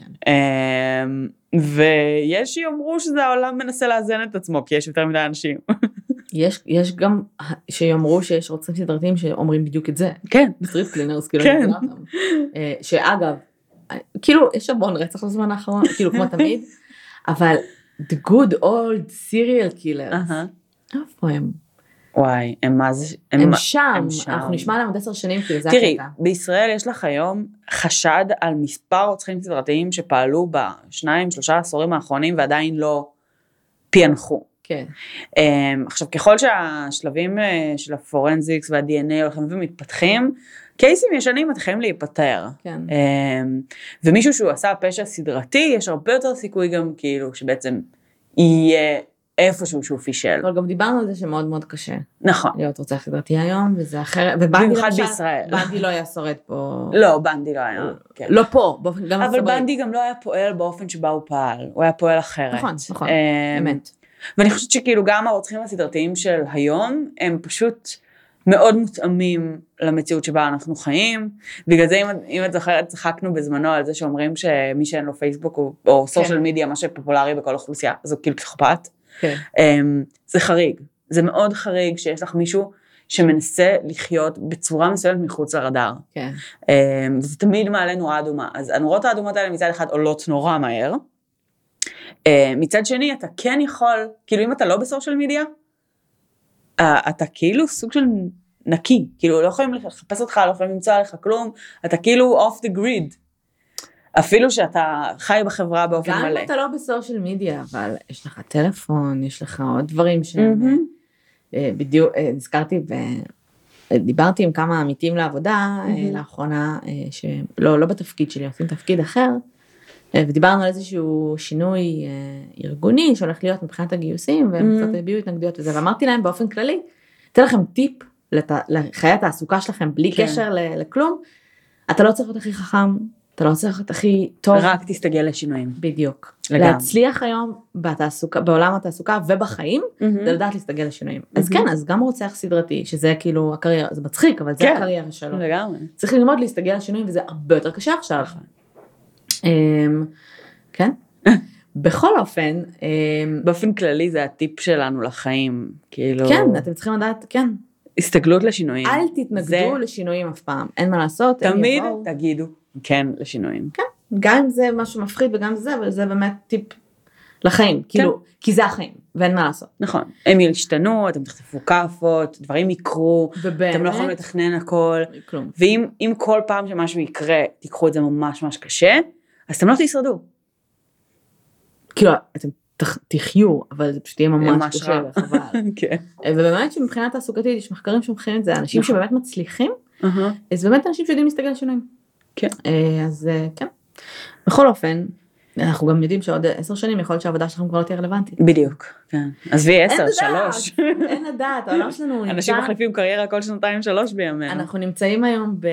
ויש שיאמרו שזה העולם מנסה לאזן את עצמו, כי יש יותר מדי אנשים. יש, יש גם שיאמרו שיש רוצחים סדרתיים שאומרים בדיוק את זה. כן. בסטריט קלינרס, כאילו. כן. שאגב, כאילו, יש המון רצח לזמן האחרון, כאילו כמו תמיד, אבל the good old serial killers, איפה הם? וואי, הם מה זה? הם שם, אנחנו נשמע להם עוד עשר שנים, כאילו זה הקטע. תראי, בישראל יש לך היום חשד על מספר רוצחים סדרתיים שפעלו בשניים, שלושה עשורים האחרונים, ועדיין לא פענחו. כן. עכשיו, ככל שהשלבים של הפורנזיקס וה-די אן איי הולכים ומתפתחים, קייסים ישנים מתחילים להיפטר. כן. ומישהו שהוא עשה פשע סדרתי, יש הרבה יותר סיכוי גם כאילו שבעצם יהיה איפשהו שהוא פישל. אבל גם דיברנו על זה שמאוד מאוד קשה. נכון. להיות רוצח סדרתי היום, וזה אחרת. במיוחד בישראל. בנדי לא היה שורד פה. לא, בנדי לא היה. לא פה. אבל בנדי גם לא היה פועל באופן שבה הוא פעל. הוא היה פועל אחרת. נכון, נכון. אמת. ואני חושבת שכאילו גם הרוצחים הסדרתיים של היום, הם פשוט מאוד מותאמים למציאות שבה אנחנו חיים. בגלל זה, אם, אם את זוכרת, צחקנו בזמנו על זה שאומרים שמי שאין לו פייסבוק או, או סושיאל מידיה, מה שפופולרי בכל אוכלוסייה, אז הוא כאילו פסיכופת. כן. זה חריג. זה מאוד חריג שיש לך מישהו שמנסה לחיות בצורה מסוימת מחוץ לרדאר. כן. זה תמיד מעלה נורה אדומה. אז הנורות האדומות האלה מצד אחד עולות נורא מהר, מצד שני, אתה כן יכול, כאילו אם אתה לא בסושיאל מדיה, אתה כאילו סוג של נקי, כאילו לא יכולים לחפש אותך, לא יכולים למצוא עליך כלום, אתה כאילו off the grid, אפילו שאתה חי בחברה באופן מלא. גם אם אתה לא בסושיאל מדיה, אבל יש לך טלפון, יש לך עוד דברים שהם בדיוק, נזכרתי ודיברתי עם כמה עמיתים לעבודה לאחרונה, שלא בתפקיד שלי, עושים תפקיד אחר, ודיברנו על איזשהו שינוי ארגוני שהולך להיות מבחינת הגיוסים, והם קצת הביאו התנגדויות וזה, ואמרתי להם באופן כללי, אתן לכם טיפ לחיי התעסוקה שלכם, בלי קשר לכלום, אתה לא צריך להיות הכי חכם, אתה לא צריך להיות הכי טוב. רק תסתגל לשינויים. בדיוק. להצליח היום בתעסוקה, בעולם התעסוקה ובחיים, זה לדעת להסתגל לשינויים. אז כן, אז גם רוצח סדרתי, שזה כאילו הקריירה, זה מצחיק, אבל זה הקריירה שלו. לגמרי. צריך ללמוד להסתגל לשינויים, וזה הרבה יותר קשה עכשיו. כן? בכל אופן, באופן כללי זה הטיפ שלנו לחיים, כאילו. כן, אתם צריכים לדעת, כן. הסתגלות לשינויים. אל תתנגדו לשינויים אף פעם, אין מה לעשות. תמיד תגידו כן לשינויים. כן, גם אם זה משהו מפחיד וגם זה, אבל זה באמת טיפ לחיים, כאילו, כי זה החיים, ואין מה לעשות. נכון, הם ישתנו, אתם תחטפו כאפות, דברים יקרו, אתם לא יכולים לתכנן הכל, ואם כל פעם שמשהו יקרה, תיקחו את זה ממש ממש קשה, אז אתם לא תשרדו. כאילו, אתם תחיו, אבל זה פשוט יהיה ממש קשה וחבל. ובאמת שמבחינת תעסוקתית, יש מחקרים שמחקרים את זה, אנשים שבאמת מצליחים, אז באמת אנשים שיודעים להסתגל לשינויים. כן. אז כן. בכל אופן, אנחנו גם יודעים שעוד עשר שנים יכול להיות שהעבודה שלכם כבר לא תהיה רלוונטית. בדיוק, כן. אז וי עשר, שלוש. אין לדעת, העולם שלנו נמצא... אנשים מחליפים קריירה כל שנתיים שלוש בימינו. אנחנו נמצאים היום ב...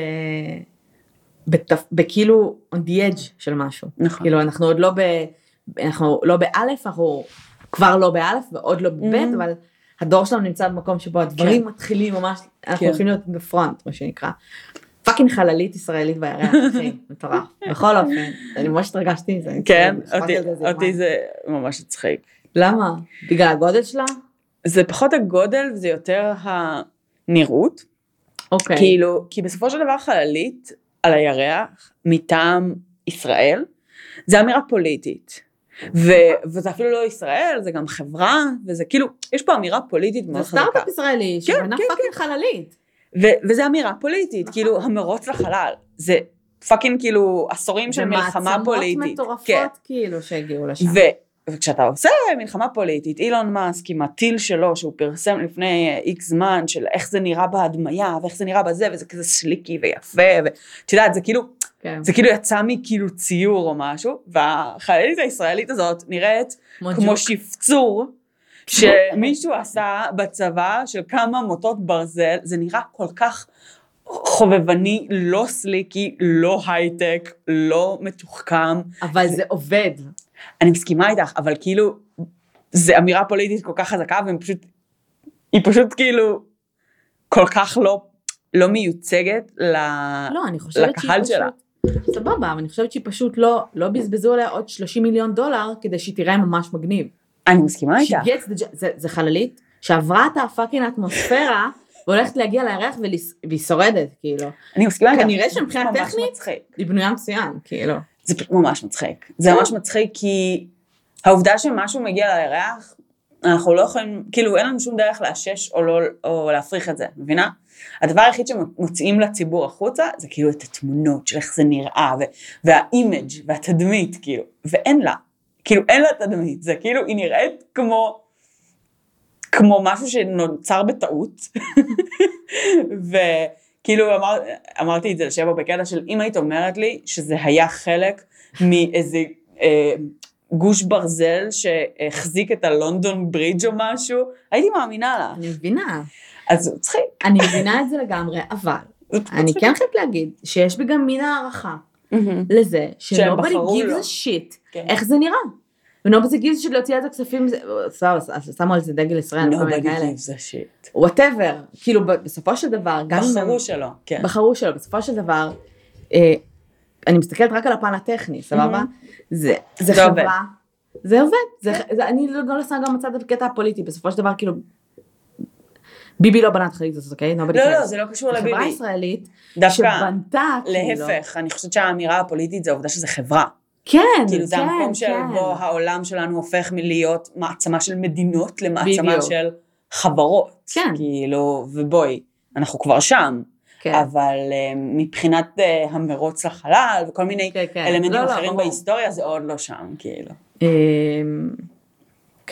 בכאילו on the edge של משהו. נכון. כאילו אנחנו עוד לא ב... אנחנו לא באלף, אנחנו כבר לא באלף ועוד לא בבית, אבל הדור שלנו נמצא במקום שבו הדברים מתחילים ממש, אנחנו הולכים להיות בפרונט, מה שנקרא. פאקינג חללית ישראלית בירח, אחי, מטורף. בכל אופן, אני ממש התרגשתי מזה. כן, אותי זה ממש הצחיק. למה? בגלל הגודל שלה? זה פחות הגודל, וזה יותר הנראות. אוקיי. כאילו, כי בסופו של דבר חללית על הירח, מטעם ישראל, זה אמירה פוליטית. וזה אפילו לא ישראל, זה גם חברה, וזה כאילו, יש פה אמירה פוליטית מאוד חזקה. זה סטארט-אפ ישראלי, שבנה פאקינג חללית. וזה אמירה פוליטית, כאילו המרוץ לחלל, זה פאקינג כאילו עשורים של מלחמה פוליטית. ומעצמות מטורפות כאילו שהגיעו לשם. וכשאתה עושה מלחמה פוליטית, אילון מאסק עם הטיל שלו, שהוא פרסם לפני איקס זמן, של איך זה נראה בהדמיה, ואיך זה נראה בזה, וזה כזה סליקי ויפה, ואת יודעת, זה כאילו, זה כאילו יצא מכאילו ציור או משהו, והחללית הישראלית הזאת נראית כמו שפצור, שמישהו עשה בצבא של כמה מוטות ברזל, זה נראה כל כך חובבני, לא סליקי, לא הייטק, לא מתוחכם. אבל זה עובד. אני מסכימה איתך, אבל כאילו, זה אמירה פוליטית כל כך חזקה, והיא פשוט, היא פשוט כאילו, כל כך לא, לא מיוצגת לא, אני חושבת לקהל שלה. סבבה, אבל אני חושבת שהיא פשוט לא, לא בזבזו עליה עוד שלושים מיליון דולר, כדי שהיא תראה ממש מגניב. אני מסכימה איתך. זה, זה חללית, שעברה את הפאקינג האטמוספירה, והולכת להגיע לירח והיא שורדת, כאילו. אני מסכימה איתך. כנראה שמבחינה טכנית, היא בנויה מצוין, כאילו. זה ממש מצחיק. זה ממש מצחיק, כי העובדה שמשהו מגיע לירח, אנחנו לא יכולים, כאילו, אין לנו שום דרך לאשש או, לא, או להפריך את זה, מבינה? הדבר היחיד שמוצאים לציבור החוצה, זה כאילו את התמונות של איך זה נראה, והאימג' והתדמית, כאילו, ואין לה. כאילו, אין לה תדמית, זה כאילו, היא נראית כמו, כמו משהו שנוצר בטעות, וכאילו, אמר, אמרתי את זה לשבע בקטע של, אם היית אומרת לי, שזה היה חלק מאיזה אה, גוש ברזל, שהחזיק את הלונדון ברידג' או משהו, הייתי מאמינה לה. אני מבינה. אז זה צחיק. אני מבינה את זה לגמרי, אבל, אני כן חייבת להגיד, שיש בי גם מין הערכה, לזה, שנובלי gives a shit, איך זה נראה. ונובלי gives a shit להוציא את הכספים, שמו על זה דגל ישראל, nobody gives a shit. whatever, כאילו בסופו של דבר, בחרו שלו, כן. בחרו שלו, בסופו של דבר, אני מסתכלת רק על הפן הטכני, סבבה? זה חברה, זה עובד, אני לא עושה גם מצד הקטע הפוליטי, בסופו של דבר, כאילו, ביבי לא בנת חלית הזאת, אוקיי? לא, לא, זה לא קשור לביבי. זה חברה ישראלית שבנתה, להפך, אני חושבת שהאמירה הפוליטית זה העובדה שזה חברה. כן, כאילו זה המקום שבו העולם שלנו הופך מלהיות מעצמה של מדינות למעצמה של חברות. כן. כאילו, ובואי, אנחנו כבר שם. אבל מבחינת המרוץ לחלל וכל מיני אלמנטים אחרים בהיסטוריה, זה עוד לא שם, כאילו. כן.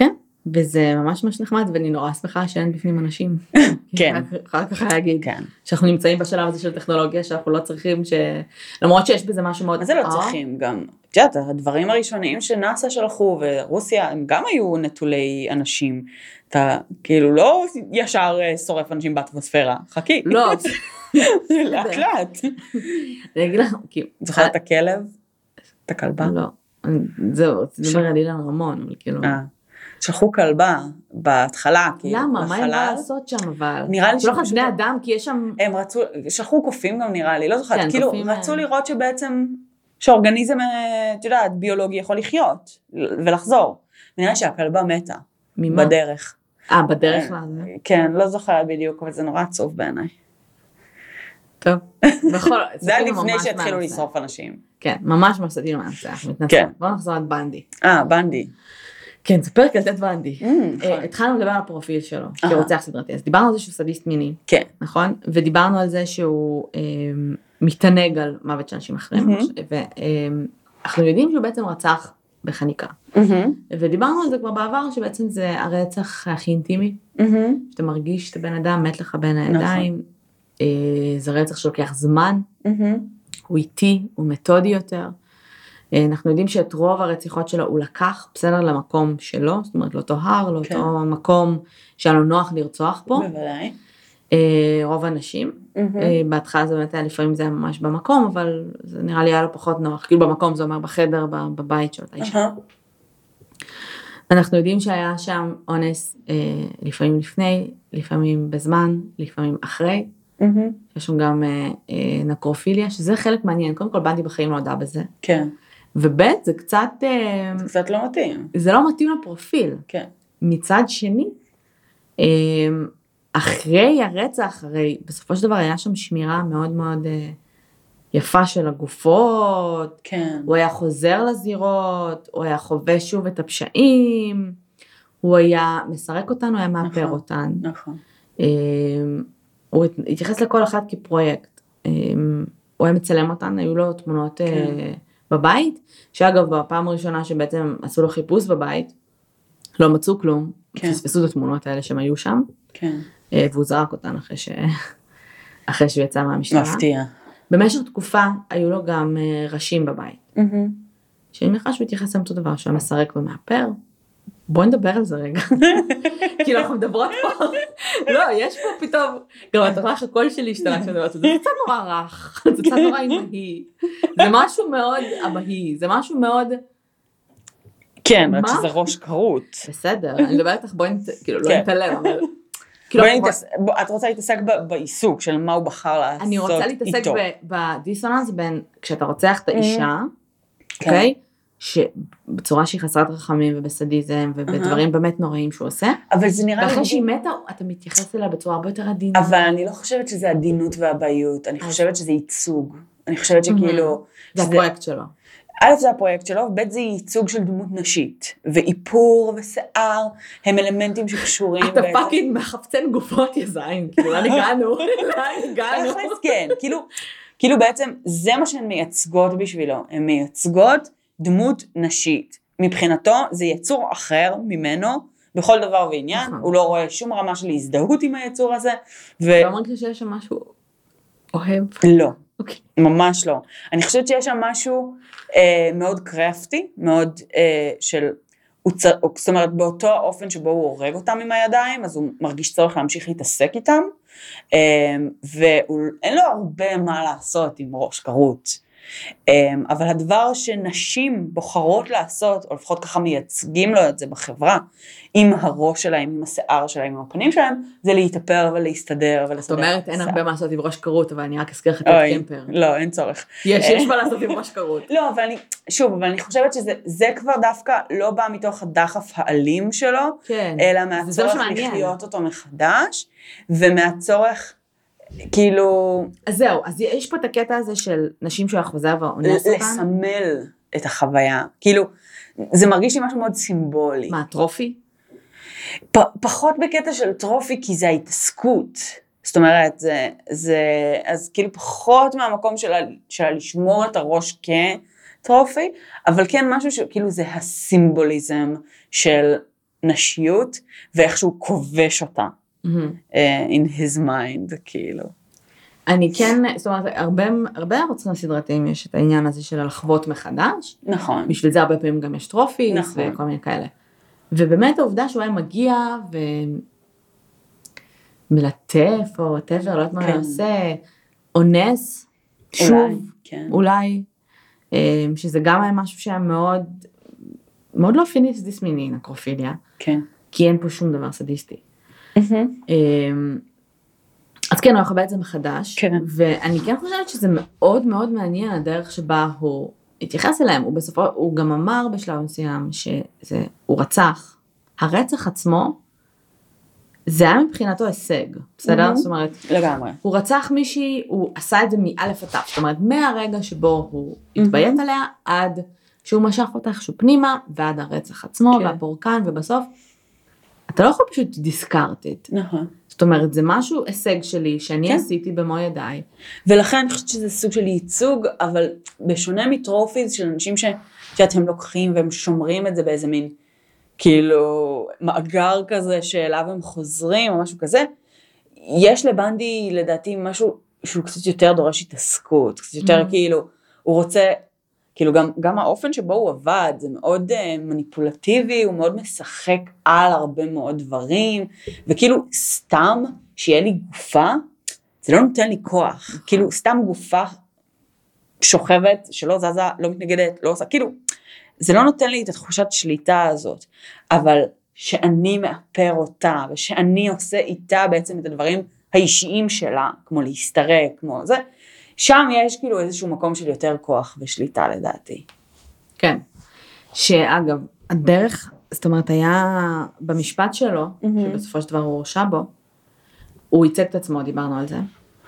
וזה ממש ממש נחמד, ואני נורא שמחה שאין בפנים אנשים. כן. אחר כך להגיד, כן. שאנחנו נמצאים בשלב הזה של טכנולוגיה, שאנחנו לא צריכים ש... למרות שיש בזה משהו מאוד... מה זה לא צריכים גם? את יודעת, הדברים הראשוניים שנאסא שלחו, ורוסיה, הם גם היו נטולי אנשים. אתה כאילו לא ישר שורף אנשים באטמוספירה, חכי. לא. לאט לאט. אני אגיד לך, כי... זוכרת את הכלב? את הכלבה? לא. זהו, זה דבר על אילן רמון, אבל כאילו... שלחו כלבה בהתחלה. למה? מה הם בא לעשות שם אבל? נראה לי שלוחת בני אדם, כי יש שם... הם רצו, שלחו קופים גם נראה לי, לא זוכרת, כאילו רצו לראות שבעצם, שאורגניזם, את יודעת, ביולוגי יכול לחיות ולחזור. נראה שהכלבה מתה. ממה? בדרך. אה, בדרך לזה? כן, לא זוכרת בדיוק, אבל זה נורא עצוב בעיניי. טוב. זה היה לפני שהתחילו לשרוף אנשים. כן, ממש מסעדים מהנצח, מתנצל. בואו נחזור עד בנדי. אה, בנדי. כן, זה פרק על תת בנדי. התחלנו לדבר על הפרופיל שלו, כרוצח סדרתי. אז דיברנו על זה שהוא סדיסט מיני. כן. נכון? ודיברנו על זה שהוא מתענג על מוות של אנשים אחרים. ואנחנו יודעים שהוא בעצם רצח בחניקה. ודיברנו על זה כבר בעבר, שבעצם זה הרצח הכי אינטימי. שאתה מרגיש שאתה בן אדם, מת לך בין הידיים. זה רצח שלוקח זמן. הוא איטי, הוא מתודי יותר. אנחנו יודעים שאת רוב הרציחות שלו הוא לקח בסדר למקום שלו, זאת אומרת לאותו הר, לאותו מקום שהיה לו נוח לרצוח פה. בוודאי. רוב האנשים. בהתחלה זה באמת היה, לפעמים זה היה ממש במקום, אבל זה נראה לי היה לו פחות נוח. כאילו במקום זה אומר בחדר, בבית של אותה אישה. אנחנו יודעים שהיה שם אונס לפעמים לפני, לפעמים בזמן, לפעמים אחרי. יש שם גם נקרופיליה, שזה חלק מעניין. קודם כל בנדי בחיים לא ידע בזה. כן. ובית זה קצת... זה קצת לא מתאים. זה לא מתאים לפרופיל. כן. מצד שני, אחרי הרצח, הרי בסופו של דבר היה שם שמירה מאוד מאוד יפה של הגופות. כן. הוא היה חוזר לזירות, הוא היה חווה שוב את הפשעים, הוא היה מסרק אותן, הוא היה מאפר אותן. נכון. הוא התייחס לכל אחד כפרויקט. הוא היה מצלם אותן, היו לו תמונות... כן. בבית, שאגב, בפעם הראשונה שבעצם עשו לו חיפוש בבית, לא מצאו כלום, כן. פספסו את התמונות האלה שהם היו שם, כן. והוא זרק אותן אחרי, ש... אחרי שהוא יצא מהמשטרה. מפתיע. במשך תקופה, היו לו גם ראשים בבית, mm-hmm. שאני מניחה שהוא התייחס לאותו דבר, שהוא מסרק ומאפר, בואי נדבר על זה רגע. כאילו אנחנו מדברות פה, לא, יש פה פתאום, גם אתה רואה הקול שלי השתנה כשאני זה קצת נורא רך, זה קצת נורא אימהי, זה משהו מאוד אבהי, זה משהו מאוד... כן, רק שזה ראש קרות. בסדר, אני מדברת לך, בואי כאילו לא נתעלם, אבל... את רוצה להתעסק בעיסוק של מה הוא בחר לעשות איתו. אני רוצה להתעסק בדיסוננס בין, כשאתה רוצח את האישה, אוקיי? שבצורה שהיא חסרת רחמים ובסדיזם ובדברים באמת נוראים שהוא עושה. אבל זה נראה לי... ואחרי שהיא מתה, אתה מתייחס אליה בצורה הרבה יותר עדינה. אבל אני לא חושבת שזה עדינות והבעיות, אני חושבת שזה ייצוג. אני חושבת שכאילו... זה הפרויקט שלו. א' זה הפרויקט שלו, וב' זה ייצוג של דמות נשית. ואיפור ושיער הם אלמנטים שקשורים... אתה פאקינג מחפצן גופות יזיים, כאילו, לאן הגענו? לאן הגענו? כן, כאילו בעצם זה מה שהן מייצגות בשבילו. הן מייצגות דמות נשית. מבחינתו זה יצור אחר ממנו, בכל דבר ועניין, הוא לא רואה שום רמה של הזדהות עם היצור הזה. לא מרגיש שיש שם משהו אוהב? לא, ממש לא. אני חושבת שיש שם משהו מאוד קראפטי, מאוד של, זאת אומרת באותו האופן שבו הוא הורג אותם עם הידיים, אז הוא מרגיש צורך להמשיך להתעסק איתם, ואין לו הרבה מה לעשות עם ראש קרות. אבל הדבר שנשים בוחרות לעשות, או לפחות ככה מייצגים לו את זה בחברה, עם הראש שלהם, עם השיער שלהם, עם הפנים שלהם, זה להתאפר ולהסתדר ולסדר. זאת אומרת, אין הרבה מה לעשות עם ראש קרות, אבל אני רק אזכיר לך את קמפר. לא, אין צורך. יש, יש מה לעשות עם ראש קרות. לא, אבל אני, שוב, אבל אני חושבת שזה כבר דווקא לא בא מתוך הדחף האלים שלו, אלא מהצורך לחיות אותו מחדש, ומהצורך כאילו... אז זהו, אז יש פה את הקטע הזה של נשים שהוא החוזר ואונס אותן. לסמל את החוויה. כאילו, זה מרגיש לי משהו מאוד סימבולי. מה, טרופי? פ, פחות בקטע של טרופי, כי זה ההתעסקות. זאת אומרת, זה, זה, אז כאילו פחות מהמקום של, של לשמור את הראש כטרופי, אבל כן משהו שכאילו זה הסימבוליזם של נשיות, ואיך שהוא כובש אותה, mm-hmm. uh, in his mind, כאילו. אני כן, זאת אומרת, הרבה, הרבה רוצים הסדרתיים יש את העניין הזה של לחוות מחדש. נכון. בשביל זה הרבה פעמים גם יש טרופיס, נכון. וכל מיני כאלה. ובאמת העובדה שהוא היה מגיע ומלטף, או whatever, לא יודעת מה הוא עושה, אונס, שוב, אולי, כן. אולי, שזה גם היה משהו שהיה מאוד, מאוד לא פיני סדיסט מיני, נקרופיליה. כן. כי אין פה שום דבר סדיסטי. אז כן, הוא יחווה את זה מחדש, כן. ואני כן חושבת שזה מאוד מאוד מעניין, הדרך שבה הוא התייחס אליהם, הוא בסופו, הוא גם אמר בשלב מסוים, שהוא רצח, הרצח עצמו, זה היה מבחינתו הישג, בסדר? Mm-hmm. זאת אומרת, לגמרי. הוא רצח מישהי, הוא עשה את זה מאלף עד תף, זאת אומרת, מהרגע שבו הוא התביית mm-hmm. עליה, עד שהוא משך אותה איכשהו פנימה, ועד הרצח עצמו, כן. והפורקן, ובסוף, אתה לא יכול פשוט דיסקרטית. נכון. זאת אומרת, זה משהו הישג שלי, שאני כן. עשיתי במו ידיי. ולכן אני חושבת שזה סוג של ייצוג, אבל בשונה מטרופיז של אנשים ש... שאתם לוקחים והם שומרים את זה באיזה מין, כאילו, מאגר כזה שאליו הם חוזרים או משהו כזה, יש לבנדי לדעתי משהו שהוא קצת יותר דורש התעסקות, קצת יותר mm-hmm. כאילו, הוא רוצה, כאילו גם, גם האופן שבו הוא עבד, זה מאוד uh, מניפולטיבי, הוא מאוד משחק על הרבה מאוד דברים, וכאילו סתם שיהיה לי גופה, זה לא נותן לי כוח, mm-hmm. כאילו סתם גופה שוכבת, שלא זזה, לא מתנגדת, לא עושה, כאילו, זה לא נותן לי את התחושת שליטה הזאת, אבל שאני מאפר אותה, ושאני עושה איתה בעצם את הדברים האישיים שלה, כמו להסתרק, כמו זה, שם יש כאילו איזשהו מקום של יותר כוח ושליטה לדעתי. כן, שאגב, הדרך, זאת אומרת, היה במשפט שלו, mm-hmm. שבסופו של דבר הוא הורשע בו, הוא ייצג את עצמו, דיברנו על זה,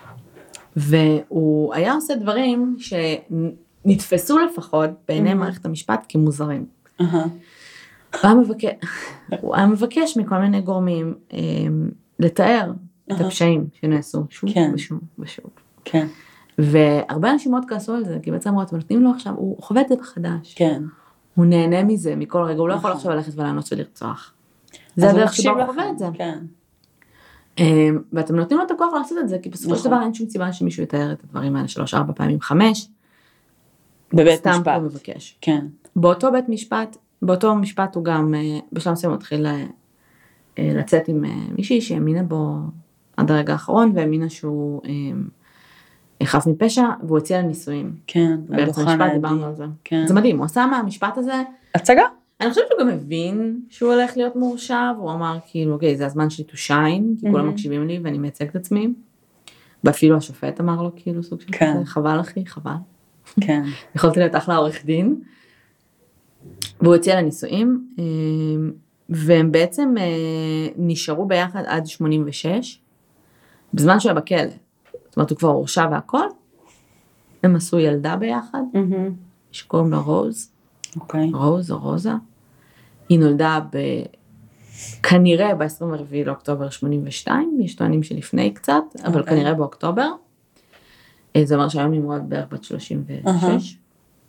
והוא היה עושה דברים שנתפסו לפחות בעיני mm-hmm. מערכת המשפט כמוזרים. Uh-huh. הוא, היה מבקש, הוא היה מבקש מכל מיני גורמים אה, לתאר uh-huh. את הפשעים שנעשו שוב כן. ושוב ושוב. כן. והרבה אנשים מאוד כעסו על זה, כי בעצם אמרו, אתם נותנים לו עכשיו, הוא חווה את זה בחדש. כן. הוא נהנה מזה מכל רגע, הוא לא יכול עכשיו ללכת ולענות ולרצוח. זה הדרך שבה הוא חווה את זה. כן. ואתם נותנים לו את הכוח לעשות את זה, כי בסופו של דבר אין שום סיבה שמישהו יתאר את הדברים האלה שלוש, ארבע פעמים, חמש. בבית משפט. הוא מבקש. כן. באותו בית משפט, באותו משפט הוא גם, בשלב מסוים הוא התחיל לצאת עם מישהי שהאמינה בו עד הרגע האחרון, והאמינה שהוא חף מפשע, והוא הציע לנישואים. כן. בארץ המשפט דיברנו על זה. כן. זה מדהים, הוא עשה מהמשפט הזה. הצגה? אני חושבת שהוא גם מבין שהוא הולך להיות מורשע, והוא אמר כאילו, אוקיי, זה הזמן שלי to shine, כי כולם מקשיבים לי ואני מייצג את עצמי. ואפילו השופט אמר לו כאילו סוג של כזה, חבל אחי, חבל. כן. יכולתי להיות אחלה עורך דין. והוא הציע לנישואים, והם בעצם נשארו ביחד עד שמונים ושש, בזמן שהוא היה בכלא. זאת אומרת, הוא כבר הורשע והכל. הם עשו ילדה ביחד, שקוראים לה רוז. אוקיי. רוז או רוזה. היא נולדה ב... כנראה ב-עשרים וארבעה לאוקטובר שמונים ושתיים, יש טוענים שלפני קצת, אבל okay. כנראה באוקטובר. זה אומר שהיום היא מועד בערך בת שלושים ושש.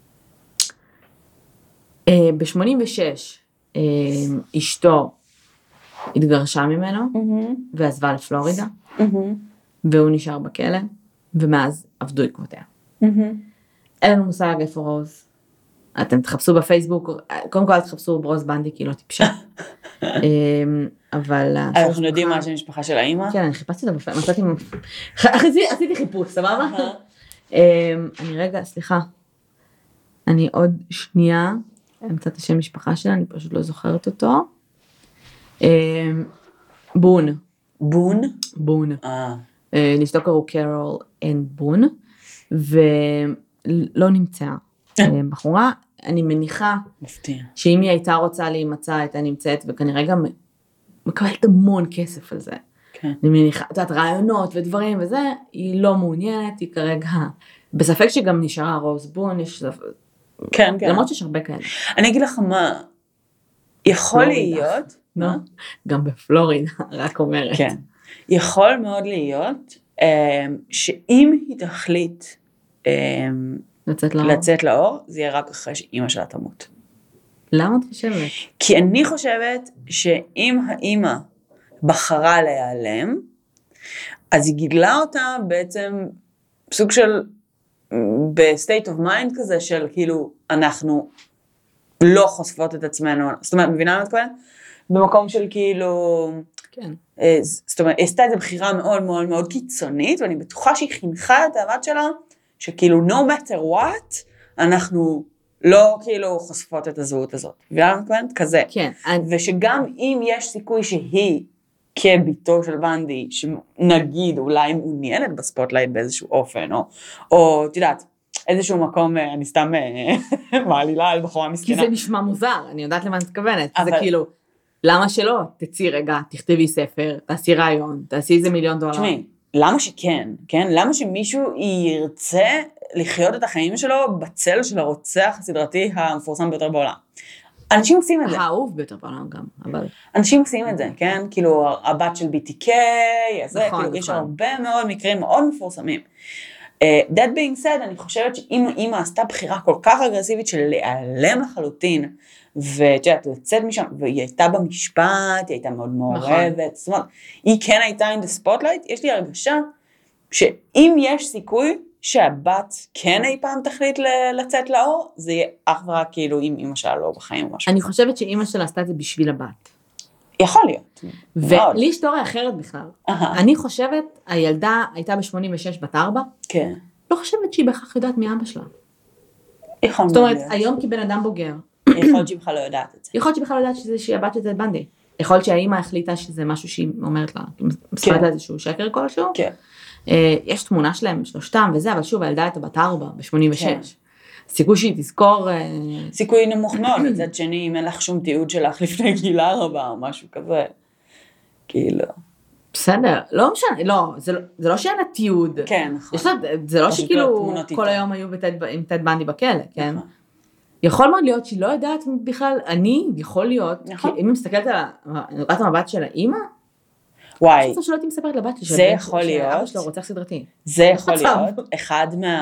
Uh-huh. ב-שמונים ושש uh, אשתו התגרשה ממנו, uh-huh. ועזבה לפלורידה, uh-huh. והוא נשאר בכלא, ומאז עבדו עקבותיה. Uh-huh. אין לנו מושג איפה רוז. אתם תחפשו בפייסבוק, קודם כל תחפשו ברוז בנדי, כי לא טיפשה. אבל... אנחנו יודעים מה המשפחה של האמא? כן, אני חיפשתי אותה בפייסבוק, עשיתי חיפוש, סבבה? אני רגע, סליחה, אני עוד שנייה, אמצא את השם משפחה שלה, אני פשוט לא זוכרת אותו. בון. בון? בון. לאשתו קראו קרול אנד בון, ולא נמצאה. בחורה, אני מניחה מפתיע. שאם היא הייתה רוצה להימצא, הייתה נמצאת, וכנראה גם מקבלת המון כסף על זה. כן. אני מניחה, את יודעת, רעיונות ודברים וזה, היא לא מעוניינת, היא כרגע, בספק שגם נשארה רוז בון, יש... כן, כן. למרות שיש הרבה כאלה. אני אגיד לך מה, יכול להיות... לא? גם בפלורידה, רק אומרת. כן. יכול מאוד להיות, שאם היא תחליט... לצאת לאור. לצאת לאור, זה יהיה רק אחרי שאמא שלה תמות. למה את חושבת? כי אני חושבת שאם האמא בחרה להיעלם, אז היא גידלה אותה בעצם סוג של, ב-state of mind כזה, של כאילו, אנחנו לא חושפות את עצמנו, זאת אומרת, מבינה מה את קוראת? במקום של כאילו, כן. זאת אומרת, היא עשתה את זה בחירה מאוד מאוד מאוד קיצונית, ואני בטוחה שהיא חינכה את הבת שלה, שכאילו, no matter what, אנחנו לא כאילו חושפות את הזהות הזאת. מבינה מה את קוראת? כזה. כן. ושגם אם יש סיכוי שהיא, כביתו של בנדי, שנגיד אולי מעוניינת בספוטלייט באיזשהו אופן, או, או תדעת, איזשהו מקום, אני סתם מעלילה על בחורה מסכנה. כי זה נשמע מוזר, אני יודעת למה אני מתכוונת. אבל... זה כאילו, למה שלא? תצאי רגע, תכתבי ספר, תעשי רעיון, תעשי איזה מיליון דולר. תשמעי, למה שכן, כן? למה שמישהו ירצה לחיות את החיים שלו בצל של הרוצח הסדרתי המפורסם ביותר בעולם? אנשים עושים את זה. האהוב ביותר בעולם גם, אבל... אנשים עושים את זה, כן? כאילו, הבת של בי טי קיי, אז זה, כאילו, יש הרבה מאוד מקרים מאוד מפורסמים. That being said, אני חושבת שאם אמא עשתה בחירה כל כך אגרסיבית של להיעלם לחלוטין, ותשעת, לצאת משם, והיא הייתה במשפט, היא הייתה מאוד מעורבת, זאת אומרת, היא כן הייתה in the spotlight, יש לי הרגשה שאם יש סיכוי שהבת כן אי פעם תחליט לצאת לאור, זה יהיה אך ורק כאילו אם אמא שלה לא בחיים או משהו. אני חושבת שאמא שלה עשתה את זה בשביל הבת. יכול להיות. ולי יש תיאוריה אחרת בכלל. אני חושבת, הילדה הייתה ב-שמונים ושש בת ארבע, כן. לא חושבת שהיא בכך יודעת מאבא שלה. יכול להיות. זאת אומרת, היום כבן אדם בוגר. יכול להיות שהיא בכלל לא יודעת את זה. יכול להיות שהיא בכלל לא יודעת שזה שהיא הבת שזה את בנדי. יכול להיות שהאמא החליטה שזה משהו שהיא אומרת לה, מספרת לה איזשהו שקר כלשהו. כן. יש תמונה שלהם, שלושתם וזה, אבל שוב, הילדה הייתה בת ארבע, ב-שמונים ושש. סיכוי שהיא תזכור... סיכוי נמוך מאוד, מצד שני, אם אין לך שום תיעוד שלך לפני גיל ארבע, או משהו כזה. כאילו... בסדר, לא משנה, לא, זה לא שאין התיעוד. כן, נכון. זה לא שכאילו כל היום היו עם טד בנדי בכלא, כן? יכול מאוד להיות שהיא לא יודעת בכלל, אני יכול להיות, כי אם היא מסתכלת על נקודת המבט של האמא, וואי, אני חושבת שלא הייתי מספרת לבת שלי, זה יכול להיות, שאבא שלו רוצח סדרתי. זה יכול להיות אחד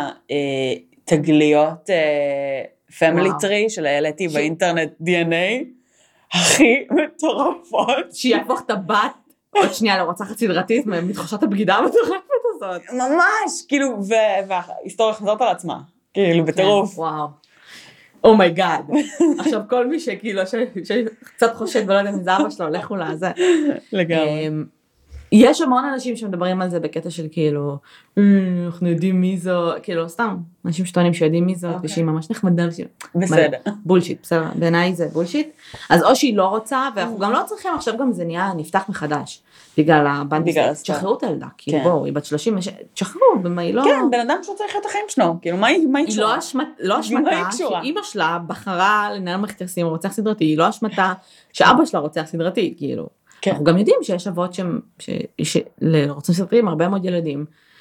מהתגליות פמילי טרי של העליתי באינטרנט די אן איי, הכי מטורפות. שיהפוך את הבת, עוד שנייה לרוצחת סדרתית, מתחושת הבגידה המטורפת הזאת. ממש, כאילו, וההיסטוריה חזרת על עצמה, כאילו, בטירוף. וואו. אומייגאד. עכשיו, כל מי שכאילו, שקצת חושד ולא יודע מזה אבא שלו, לכו לזה. לגמרי. יש המון אנשים שמדברים על זה בקטע של כאילו, אנחנו יודעים מי זו, כאילו, סתם, אנשים שטוענים שיודעים מי זו, ושהיא ממש נחמדה. בסדר. בולשיט, בסדר, בעיניי זה בולשיט. אז או שהיא לא רוצה, ואנחנו גם לא צריכים, עכשיו גם זה נהיה נפתח מחדש, בגלל הבנדי, תשחררו את הילדה, כאילו בואו, היא בת שלושים, תשחררו, במה היא לא... כן, בן אדם שצריך את החיים שלו, כאילו, מה היא קשורה? היא לא אשמתה שאמא שלה בחרה לנהל מערכת יחסים, רוצח סדרתי, היא לא אשמתה שאבא שלה רוצח סדרתי, כאילו. אנחנו גם יודעים שיש אבות שרוצים סדרתיים, הרבה מאוד ילדים,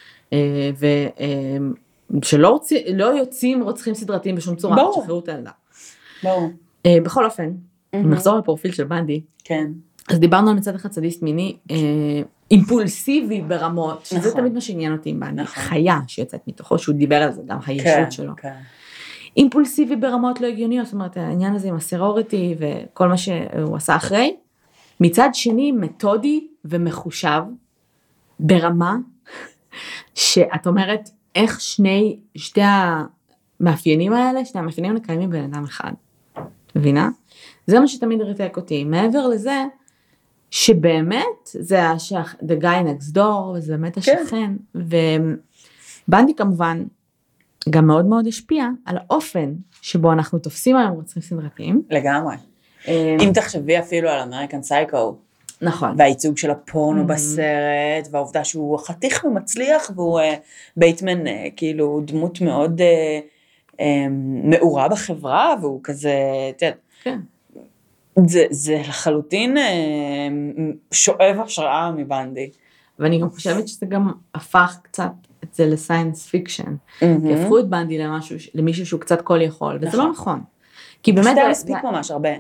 ושלא יוצאים רוצחים סדרתיים בשום צורה, תשחררו את הילדה. ברור. בכל אופן, נחזור לפרופיל של בנדי. כן. אז דיברנו על מצד אחד סדיסט מיני, אימפולסיבי ברמות, שזה תמיד מה שעניין אותי עם בנדי, חיה שיוצאת מתוכו, שהוא דיבר על זה, גם הישות שלו. אימפולסיבי ברמות לא הגיוניות, זאת אומרת, העניין הזה עם הסרוריטי וכל מה שהוא עשה אחרי, מצד שני, מתודי ומחושב ברמה, שאת אומרת, איך שני, שתי המאפיינים האלה, שני המאפיינים הקיימים בן אדם אחד. מבינה? זה מה שתמיד רתק אותי. מעבר לזה, שבאמת, זה השכ... the guy next door, וזה באמת השכן, ובנדי כמובן, גם מאוד מאוד השפיע על האופן שבו אנחנו תופסים היום רוצחים סדרתיים. לגמרי. אם תחשבי אפילו על אמריקן סייקו, נכון. והייצוג של הפורנו בסרט, והעובדה שהוא חתיך ומצליח, והוא בייטמן כאילו דמות מאוד מעורה בחברה, והוא כזה, כן. זה לחלוטין שואב השראה מבנדי. ואני גם חושבת שזה גם הפך קצת את זה לסיינס פיקשן, כי הפכו את בנדי למישהו שהוא קצת כל יכול, וזה לא נכון. כי באמת... זה מספיק ממש הרבה.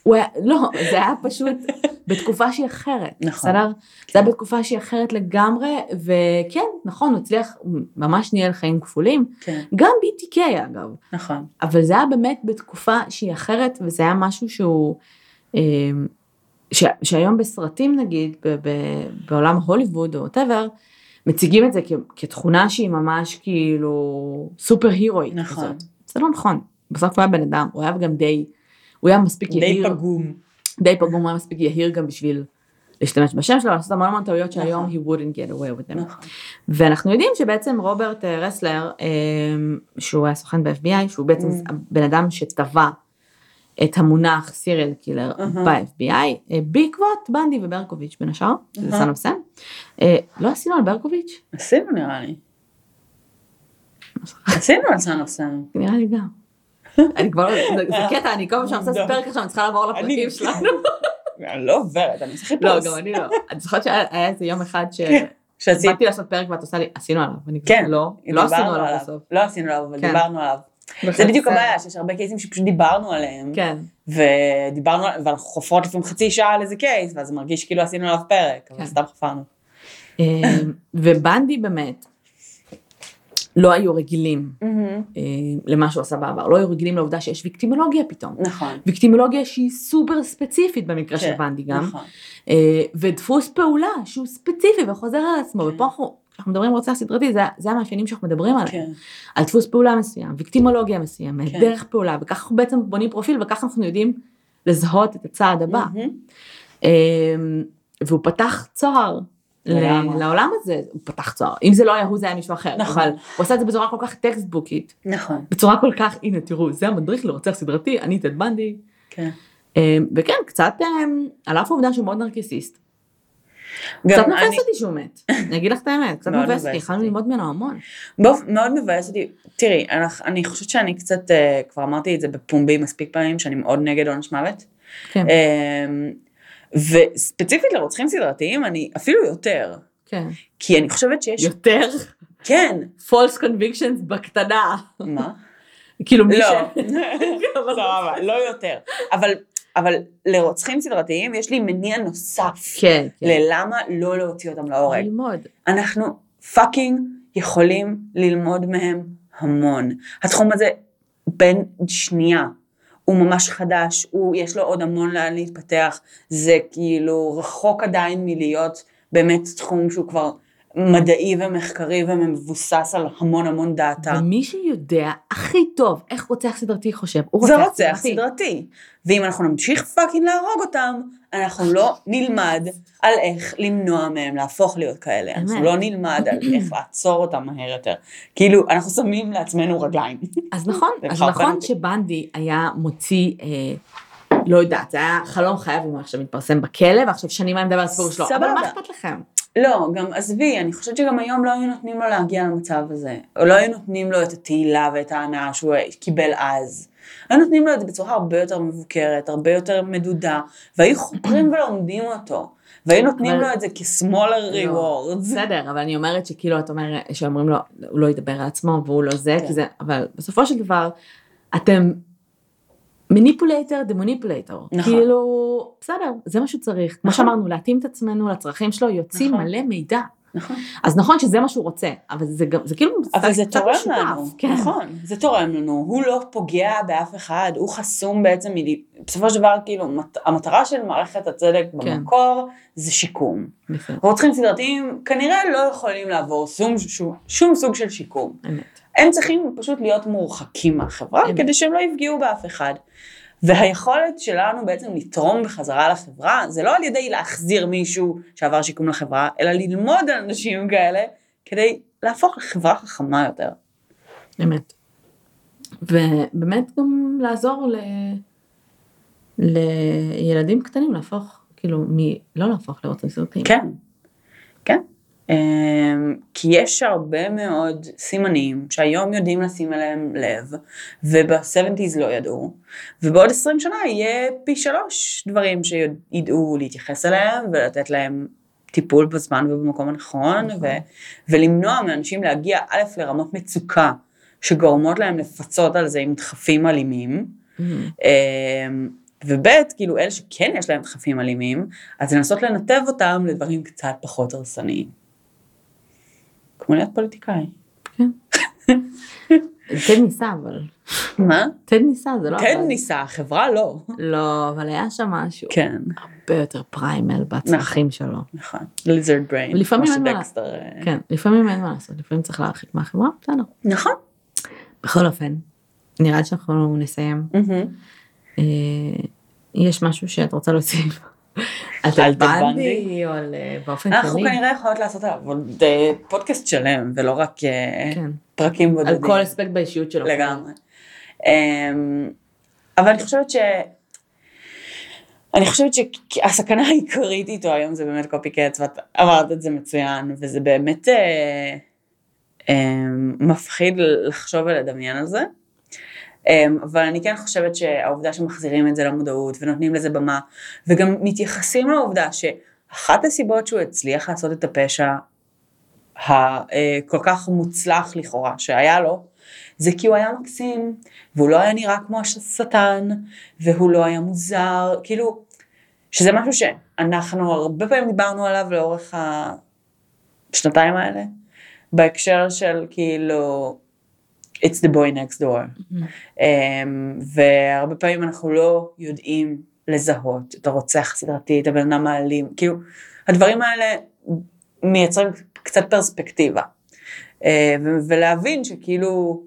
לא, זה היה פשוט בתקופה שהיא אחרת, נכון. בסדר? זה היה בתקופה שהיא אחרת לגמרי, וכן, נכון, הוא הצליח, הוא ממש ניהל חיים כפולים, כן. גם בי טי קיי אגב. נכון. אבל זה היה באמת בתקופה שהיא אחרת, וזה היה משהו שהוא, ש, שהיום בסרטים נגיד, ב, ב, בעולם הוליווד או whatever, מציגים את זה כ, כתכונה שהיא ממש כאילו סופר הירואית. נכון. כזאת. זה לא נכון. בסוף הוא היה בן אדם, הוא היה גם די, הוא היה מספיק די יהיר. די פגום. די פגום, הוא היה מספיק יהיר גם בשביל להשתמש בשם שלו, לעשות המון המון טעויות שהיום נכון. he wouldn't get away with them. נכון. ואנחנו יודעים שבעצם רוברט רסלר, שהוא היה סוכן ב-אף בי איי, שהוא בעצם בן אדם שטבע את המונח סיריאל קילר ב-אף בי איי, בעקבות בנדי וברקוביץ' בין השאר, זה סן אוף סם. לא עשינו על ברקוביץ'? עשינו נראה לי. עשינו על סן אוף סם. נראה לי גם. אני כבר, זה קטע, אני כל פעם שאני עושה ספרק עכשיו, אני צריכה לעבור לפרקים שלנו. אני לא עוברת, אני צריכה לא, חיפוש. גם אני לא. אני זוכרת שהיה איזה יום אחד שעשית. שבאתי לעשות פרק ואת עושה לי, עשינו עליו. כן. לא, לא עשינו עליו בסוף. לא עשינו עליו, אבל כן. דיברנו עליו. זה בדיוק הבעיה, שיש הרבה קייסים שפשוט דיברנו עליהם. כן. ודיברנו, ואנחנו חופרות לפעמים חצי שעה על איזה קייס, ואז זה מרגיש כאילו עשינו עליו פרק, אבל סתם חפרנו. ובנדי באמת, לא היו רגילים למה שהוא עשה בעבר, לא היו רגילים לעובדה שיש ויקטימולוגיה פתאום. נכון. ויקטימולוגיה שהיא סופר ספציפית במקרה של בנדי גם. נכון. ודפוס פעולה שהוא ספציפי וחוזר על עצמו, ופה אנחנו, אנחנו מדברים על רוצח סדרתי, זה, זה המאפיינים שאנחנו מדברים עליהם. על דפוס פעולה מסוים, ויקטימולוגיה מסוימת, דרך פעולה, וכך אנחנו בעצם בונים פרופיל, וכך אנחנו יודעים לזהות את הצעד הבא. והוא פתח צוהר, לעולם הזה, הוא פתח צוהר, אם זה לא היה הוא, זה היה מישהו אחר, נכון. אבל הוא עשה את זה בצורה כל כך טקסטבוקית, נכון. בצורה כל כך, הנה תראו, זה המדריך לרוצח סדרתי, אני טד בנדי, כן. וכן, קצת, על אף העובדה שהוא מאוד נרקיסיסט, קצת מבאס אותי שהוא מת, אני אגיד לך את האמת, קצת מבאס אותי, יכולנו ללמוד ממנו המון. מאוד מבאס אותי, תראי, אני חושבת שאני קצת, כבר אמרתי את זה בפומבי מספיק פעמים, שאני מאוד נגד עונש מוות, כן. וספציפית לרוצחים סדרתיים, אני אפילו יותר. כן. כי אני חושבת שיש... יותר? כן. false convictions בקטנה. מה? כאילו מי ש... לא, סבבה, לא יותר. אבל, אבל לרוצחים סדרתיים יש לי מניע נוסף. כן, כן. ללמה לא להוציא אותם להורג. ללמוד. אנחנו פאקינג יכולים ללמוד מהם המון. התחום הזה בין שנייה. הוא ממש חדש, הוא, יש לו עוד המון לאן להתפתח, זה כאילו רחוק עדיין מלהיות באמת תחום שהוא כבר מדעי ומחקרי ומבוסס על המון המון דאטה. ומי שיודע הכי טוב איך רוצח סדרתי חושב, הוא זה רוצח רוצח סדרתי. סדרתי. ואם אנחנו נמשיך פאקינג להרוג אותם, אנחנו לא נלמד על איך למנוע מהם להפוך להיות כאלה. אנחנו לא נלמד על איך לעצור אותם מהר יותר. כאילו, אנחנו שמים לעצמנו רגליים. אז נכון, אז נכון שבנדי היה מוציא, אה, לא יודעת, זה היה חלום חייו, הוא עכשיו מתפרסם בכלא, ועכשיו שנים היה מדבר על הסיפור שלו. אבל מה אכפת לכם? לא, גם עזבי, אני חושבת שגם היום לא היו נותנים לו להגיע למצב הזה. או לא היו נותנים לו את התהילה ואת ההנאה שהוא קיבל אז. היו נותנים לו את זה בצורה הרבה יותר מבוקרת, הרבה יותר מדודה, והיו חוקרים ולומדים אותו. והיו נותנים לו את זה כ-smaller rewards. בסדר, אבל אני אומרת שכאילו, את אומרת, שאומרים לו, הוא לא ידבר על עצמו, והוא לא זה, כי זה, אבל בסופו של דבר, אתם מניפולטר, דמוניפולטר. כאילו, בסדר, זה מה שצריך. כמו שאמרנו, להתאים את עצמנו לצרכים שלו, יוצאים מלא מידע. נכון. אז נכון שזה מה שהוא רוצה, אבל זה גם, זה כאילו, אבל זה תורם לנו, נכון, זה תורם לנו, הוא לא פוגע באף אחד, הוא חסום בעצם, בסופו של דבר, כאילו, המטרה של מערכת הצדק במקור, זה שיקום. רוצחים סדרתיים, כנראה לא יכולים לעבור שום סוג של שיקום. הם צריכים פשוט להיות מורחקים מהחברה, כדי שהם לא יפגעו באף אחד. והיכולת שלנו בעצם לתרום בחזרה לחברה, זה לא על ידי להחזיר מישהו שעבר שיקום לחברה, אלא ללמוד על אנשים כאלה, כדי להפוך לחברה חכמה יותר. באמת. ובאמת גם לעזור ל... לילדים קטנים להפוך, כאילו, מ... לא להפוך לרוצחים סדרתיים. כן, כן. כי יש הרבה מאוד סימנים שהיום יודעים לשים עליהם לב, וב-שבעים לא ידעו, ובעוד עשרים שנה יהיה פי שלוש דברים שידעו להתייחס אליהם, ולתת להם טיפול בזמן ובמקום הנכון, ו- ולמנוע מאנשים להגיע א' לרמות מצוקה, שגורמות להם לפצות על זה עם דחפים אלימים, ובית, כאילו אלה שכן יש להם דחפים אלימים, אז לנסות לנתב אותם לדברים קצת פחות הרסניים. כמו להיות פוליטיקאי. כן. תד ניסה, אבל... מה? תד ניסה, זה לא... תד ניסה, החברה לא. לא, אבל היה שם משהו. כן. הרבה יותר פריימל בצרכים שלו. נכון. ליזרד בריין. לפעמים אין מה לעשות. כן, לפעמים אין מה לעשות. לפעמים צריך להרחיק מהחברה, בסדר. נכון. בכל אופן, נראה שאנחנו נסיים. יש משהו שאת רוצה להוסיף? על תד בנדי, או על באופן כללי? אנחנו כנראה יכולות לעשות עליו עוד פודקאסט שלם, ולא רק פרקים בודדים. על כל אספקט באישיות שלו. לגמרי. אבל אני חושבת ש... אני חושבת שהסכנה העיקרית איתו היום זה באמת קופי-קאטס, ואת אמרת את זה מצוין, וזה באמת מפחיד לחשוב ולדמיין על זה. אבל אני כן חושבת שהעובדה שמחזירים את זה למודעות ונותנים לזה במה, וגם מתייחסים לעובדה שאחת הסיבות שהוא הצליח לעשות את הפשע הכל כך מוצלח לכאורה שהיה לו, זה כי הוא היה מקסים, והוא לא היה נראה כמו השטן, והוא לא היה מוזר, כאילו, שזה משהו שאנחנו הרבה פעמים דיברנו עליו לאורך השנתיים האלה, בהקשר של כאילו, it's the boy next door. Mm-hmm. Um, והרבה פעמים אנחנו לא יודעים לזהות את הרוצח סדרתי, את הבן אדם האלים, כאילו, הדברים האלה מייצרים קצת פרספקטיבה. Uh, ו- ולהבין שכאילו,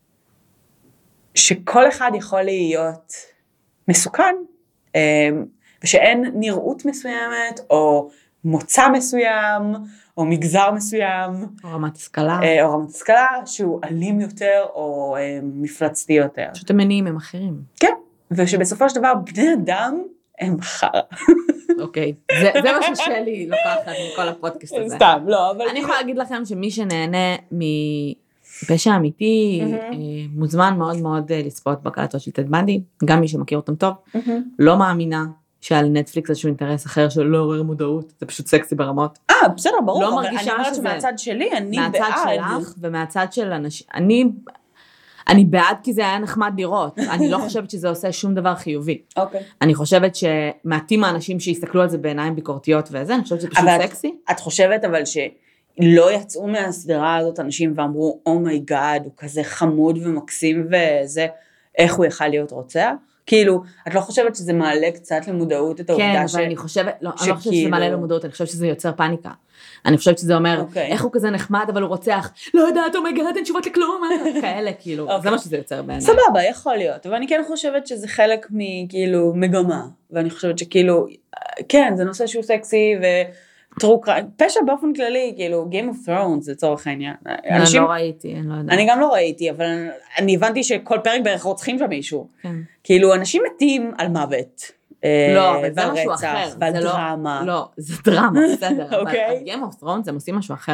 שכל אחד יכול להיות מסוכן, um, ושאין נראות מסוימת, או מוצא מסוים, או מגזר מסוים. או רמת השכלה. או רמת השכלה, שהוא אלים יותר, או מפלצתי יותר. פשוט המניעים הם אחרים. כן, ושבסופו של דבר, בני אדם הם חרא. אוקיי, זה, זה מה ששלי לוקחת מכל הפודקאסט הזה. סתם, לא, אבל... אני יכולה להגיד לכם שמי שנהנה מפשע אמיתי, מוזמן מאוד מאוד לצפות בקלטות של תד בנדי, גם מי שמכיר אותם טוב, לא מאמינה. שעל נטפליקס איזשהו אינטרס אחר שלא עורר מודעות, זה פשוט סקסי ברמות. אה, בסדר, ברור, לא אבל אני אומרת שמהצד שלי, אני בעד. מהצד שלך ומהצד של אנשים, אני, אני בעד כי זה היה נחמד לראות, אני לא חושבת שזה עושה שום דבר חיובי. אוקיי. אני חושבת שמעטים האנשים שיסתכלו על זה בעיניים ביקורתיות וזה, אני חושבת שזה פשוט סקסי. את חושבת אבל שלא יצאו מהסדרה הזאת אנשים ואמרו, אומייגאד, הוא כזה חמוד ומקסים וזה, איך הוא יכל להיות רוצח? כאילו, את לא חושבת שזה מעלה קצת למודעות את העובדה ש... כן, אבל אני חושבת, לא, אני לא חושבת שזה מעלה למודעות, אני חושבת שזה יוצר פאניקה. אני חושבת שזה אומר, איך הוא כזה נחמד, אבל הוא רוצח, לא יודעת, אומייגאד, אין תשובות לכלום, כאלה, כאילו, זה מה שזה יוצר בעיניי. סבבה, יכול להיות, אבל אני כן חושבת שזה חלק מכאילו מגמה, ואני חושבת שכאילו, כן, זה נושא שהוא סקסי, ו... פשע באופן כללי, כאילו, Game of Thrones, זה צורך העניין. אני לא ראיתי, אני לא יודעת. אני גם לא ראיתי, אבל אני הבנתי שכל פרק בערך רוצחים שם מישהו. כאילו, אנשים מתים על מוות. לא, אבל זה משהו אחר. ועל דרמה. לא, זה דרמה, בסדר. אבל Game of Thrones, הם עושים משהו אחר.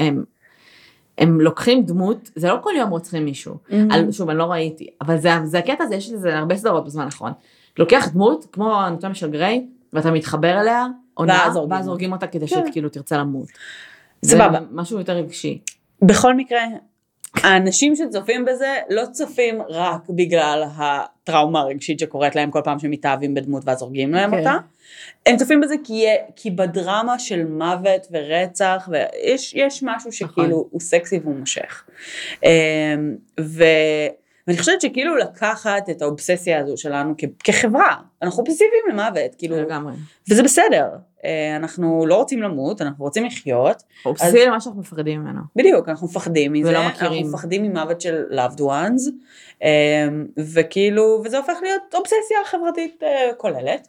הם לוקחים דמות, זה לא כל יום רוצחים מישהו. שוב, אני לא ראיתי. אבל זה הקטע הזה, יש לזה הרבה סדרות בזמן האחרון. לוקח דמות, כמו אנטומיה של גריי, ואתה מתחבר אליה, עונה, ואז הורגים אותה כדי שכאילו תרצה למות. זה משהו יותר רגשי. בכל מקרה, האנשים שצופים בזה, לא צופים רק בגלל הטראומה הרגשית שקורית להם כל פעם שמתאהבים בדמות ואז הורגים להם אותה. הם צופים בזה כי בדרמה של מוות ורצח, ויש משהו שכאילו הוא סקסי והוא מושך. ו... ואני חושבת שכאילו לקחת את האובססיה הזו שלנו כחברה, אנחנו אובססיביים למוות, כאילו, וזה בסדר, אנחנו לא רוצים למות, אנחנו רוצים לחיות. אובססיבי למה שאנחנו מפחדים ממנו. בדיוק, אנחנו מפחדים מזה, אנחנו מפחדים ממוות של loved ones, וכאילו, וזה הופך להיות אובססיה חברתית כוללת,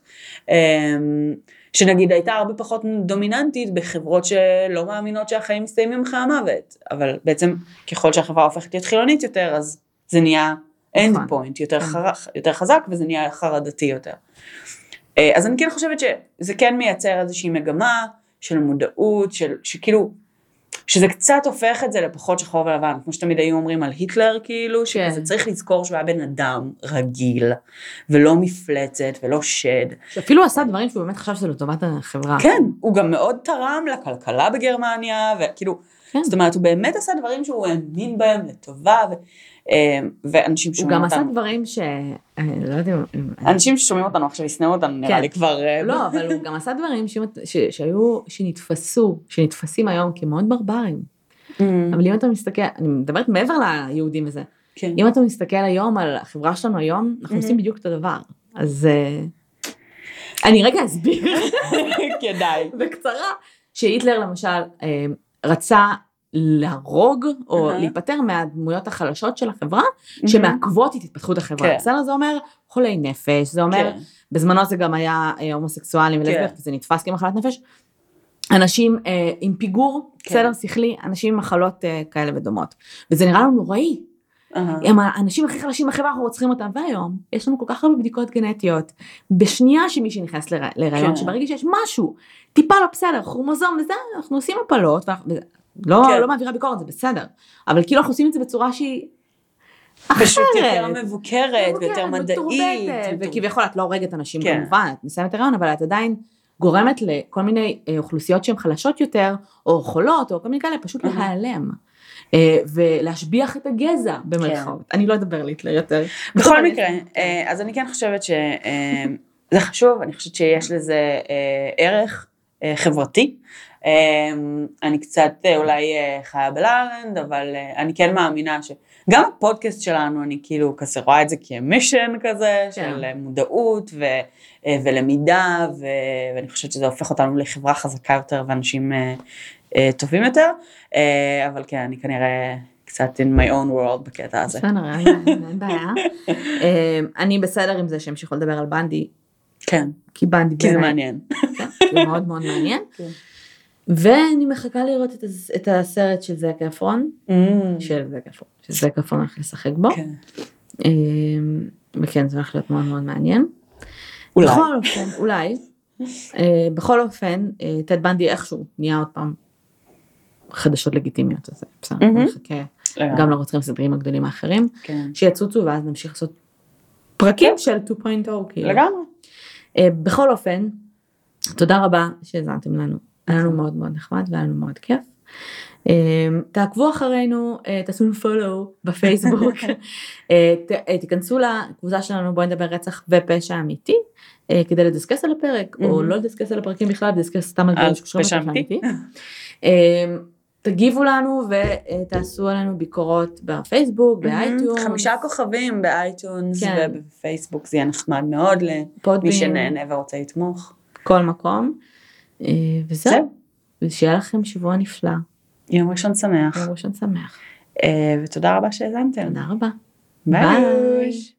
שנגיד הייתה הרבה פחות דומיננטית בחברות שלא מאמינות שהחיים מסתיימים אחרי המוות, אבל בעצם ככל שהחברה הופכת להיות חילונית יותר, אז זה נהיה end point יותר, חרך, יותר חזק, וזה נהיה חרדתי יותר. אז אני כן חושבת שזה כן מייצר איזושהי מגמה של מודעות, של, שכאילו, שזה קצת הופך את זה לפחות שחור ולבן, כמו שתמיד היו אומרים על היטלר, כאילו, שזה צריך לזכור שהוא היה בן אדם רגיל, ולא מפלצת, ולא שד. שאפילו עשה דברים שהוא באמת חשב שזה לטובת החברה. כן, הוא גם מאוד תרם לכלכלה בגרמניה, וכאילו, זאת אומרת, הוא באמת עשה דברים שהוא האמין בהם לטובה, ו... ואנשים שומעים אותנו. הוא גם עשה דברים ש... לא יודעים... אנשים ששומעים אותנו עכשיו יסנאו אותנו, נראה לי כבר... לא, אבל הוא גם עשה דברים שהיו, שנתפסו, שנתפסים היום כמאוד ברברים. אבל אם אתה מסתכל, אני מדברת מעבר ליהודים וזה, אם אתה מסתכל היום על החברה שלנו היום, אנחנו עושים בדיוק את הדבר. אז אני רגע אסביר. כדאי. בקצרה, שהיטלר למשל רצה להרוג או להיפטר מהדמויות החלשות של החברה, שמעכבות את התפתחות החברה. בסדר, זה אומר חולי נפש, זה אומר, בזמנו זה גם היה הומוסקסואלים ולסביות, כי זה נתפס כמחלת נפש, אנשים עם פיגור, בסדר, שכלי, אנשים עם מחלות כאלה ודומות. וזה נראה לנו נוראי. הם האנשים הכי חלשים בחברה, אנחנו רוצחים אותם, והיום יש לנו כל כך הרבה בדיקות גנטיות, בשנייה שמישהי נכנס להיריון, שברגע שיש משהו, טיפה לא בסדר, כרומוזום וזה, אנחנו עושים הפלות, לא מעבירה ביקורת, זה בסדר, אבל כאילו אנחנו עושים את זה בצורה שהיא אחרת. פשוט יותר מבוקרת, ויותר מדעית. וכביכול את לא הורגת אנשים כמובן, את מסיימת הריון, אבל את עדיין גורמת לכל מיני אוכלוסיות שהן חלשות יותר, או חולות, או כל מיני כאלה, פשוט להיעלם. ולהשביח את הגזע במרכאות. אני לא אדבר ליטלר יותר. בכל מקרה, אז אני כן חושבת שזה חשוב, אני חושבת שיש לזה ערך חברתי. אני קצת אולי חיה בללנד, אבל אני כן מאמינה שגם הפודקאסט שלנו, אני כאילו כזה רואה את זה כמישן כזה, של מודעות ולמידה, ואני חושבת שזה הופך אותנו לחברה חזקה יותר, ואנשים טובים יותר, אבל כן, אני כנראה קצת in my own world בקטע הזה. בסדר, אין בעיה. אני בסדר עם זה שהמשיכו לדבר על בנדי. כן. כי בנדי... כי זה מעניין. כן, זה מאוד מאוד מעניין. ואני מחכה לראות את הסרט של זק אפרון, של זק אפרון, שזק אפרון הולך לשחק בו. וכן, זה הולך להיות מאוד מאוד מעניין. אולי. בכל אופן, אולי. בכל אופן, טד בנדי איכשהו נהיה עוד פעם חדשות לגיטימיות, אז בסדר, נחכה גם לרוצחים סדריים הגדולים האחרים, שיצוצו ואז נמשיך לעשות פרקים של שתיים נקודה אפס. לגמרי. בכל אופן, תודה רבה שהזנתם לנו, היה לנו מאוד מאוד נחמד והיה לנו מאוד כיף. תעקבו אחרינו, תעשו פולו בפייסבוק, תיכנסו לקבוצה שלנו, בואי נדבר רצח ופשע אמיתי, כדי לדסקס על הפרק, או לא לדסקס על הפרקים בכלל, לדסקס סתם על דברים שקשורים לפשע אמיתי. תגיבו לנו ותעשו עלינו ביקורות בפייסבוק, באייטונס. חמישה כוכבים באייטונס ובפייסבוק, זה יהיה נחמד מאוד למי שנהנה ורוצה לתמוך. כל מקום. וזהו. ושיהיה לכם שבוע נפלא. יום ראשון שמח. יום ראשון שמח. ותודה רבה שהזנתם. תודה רבה. ביי.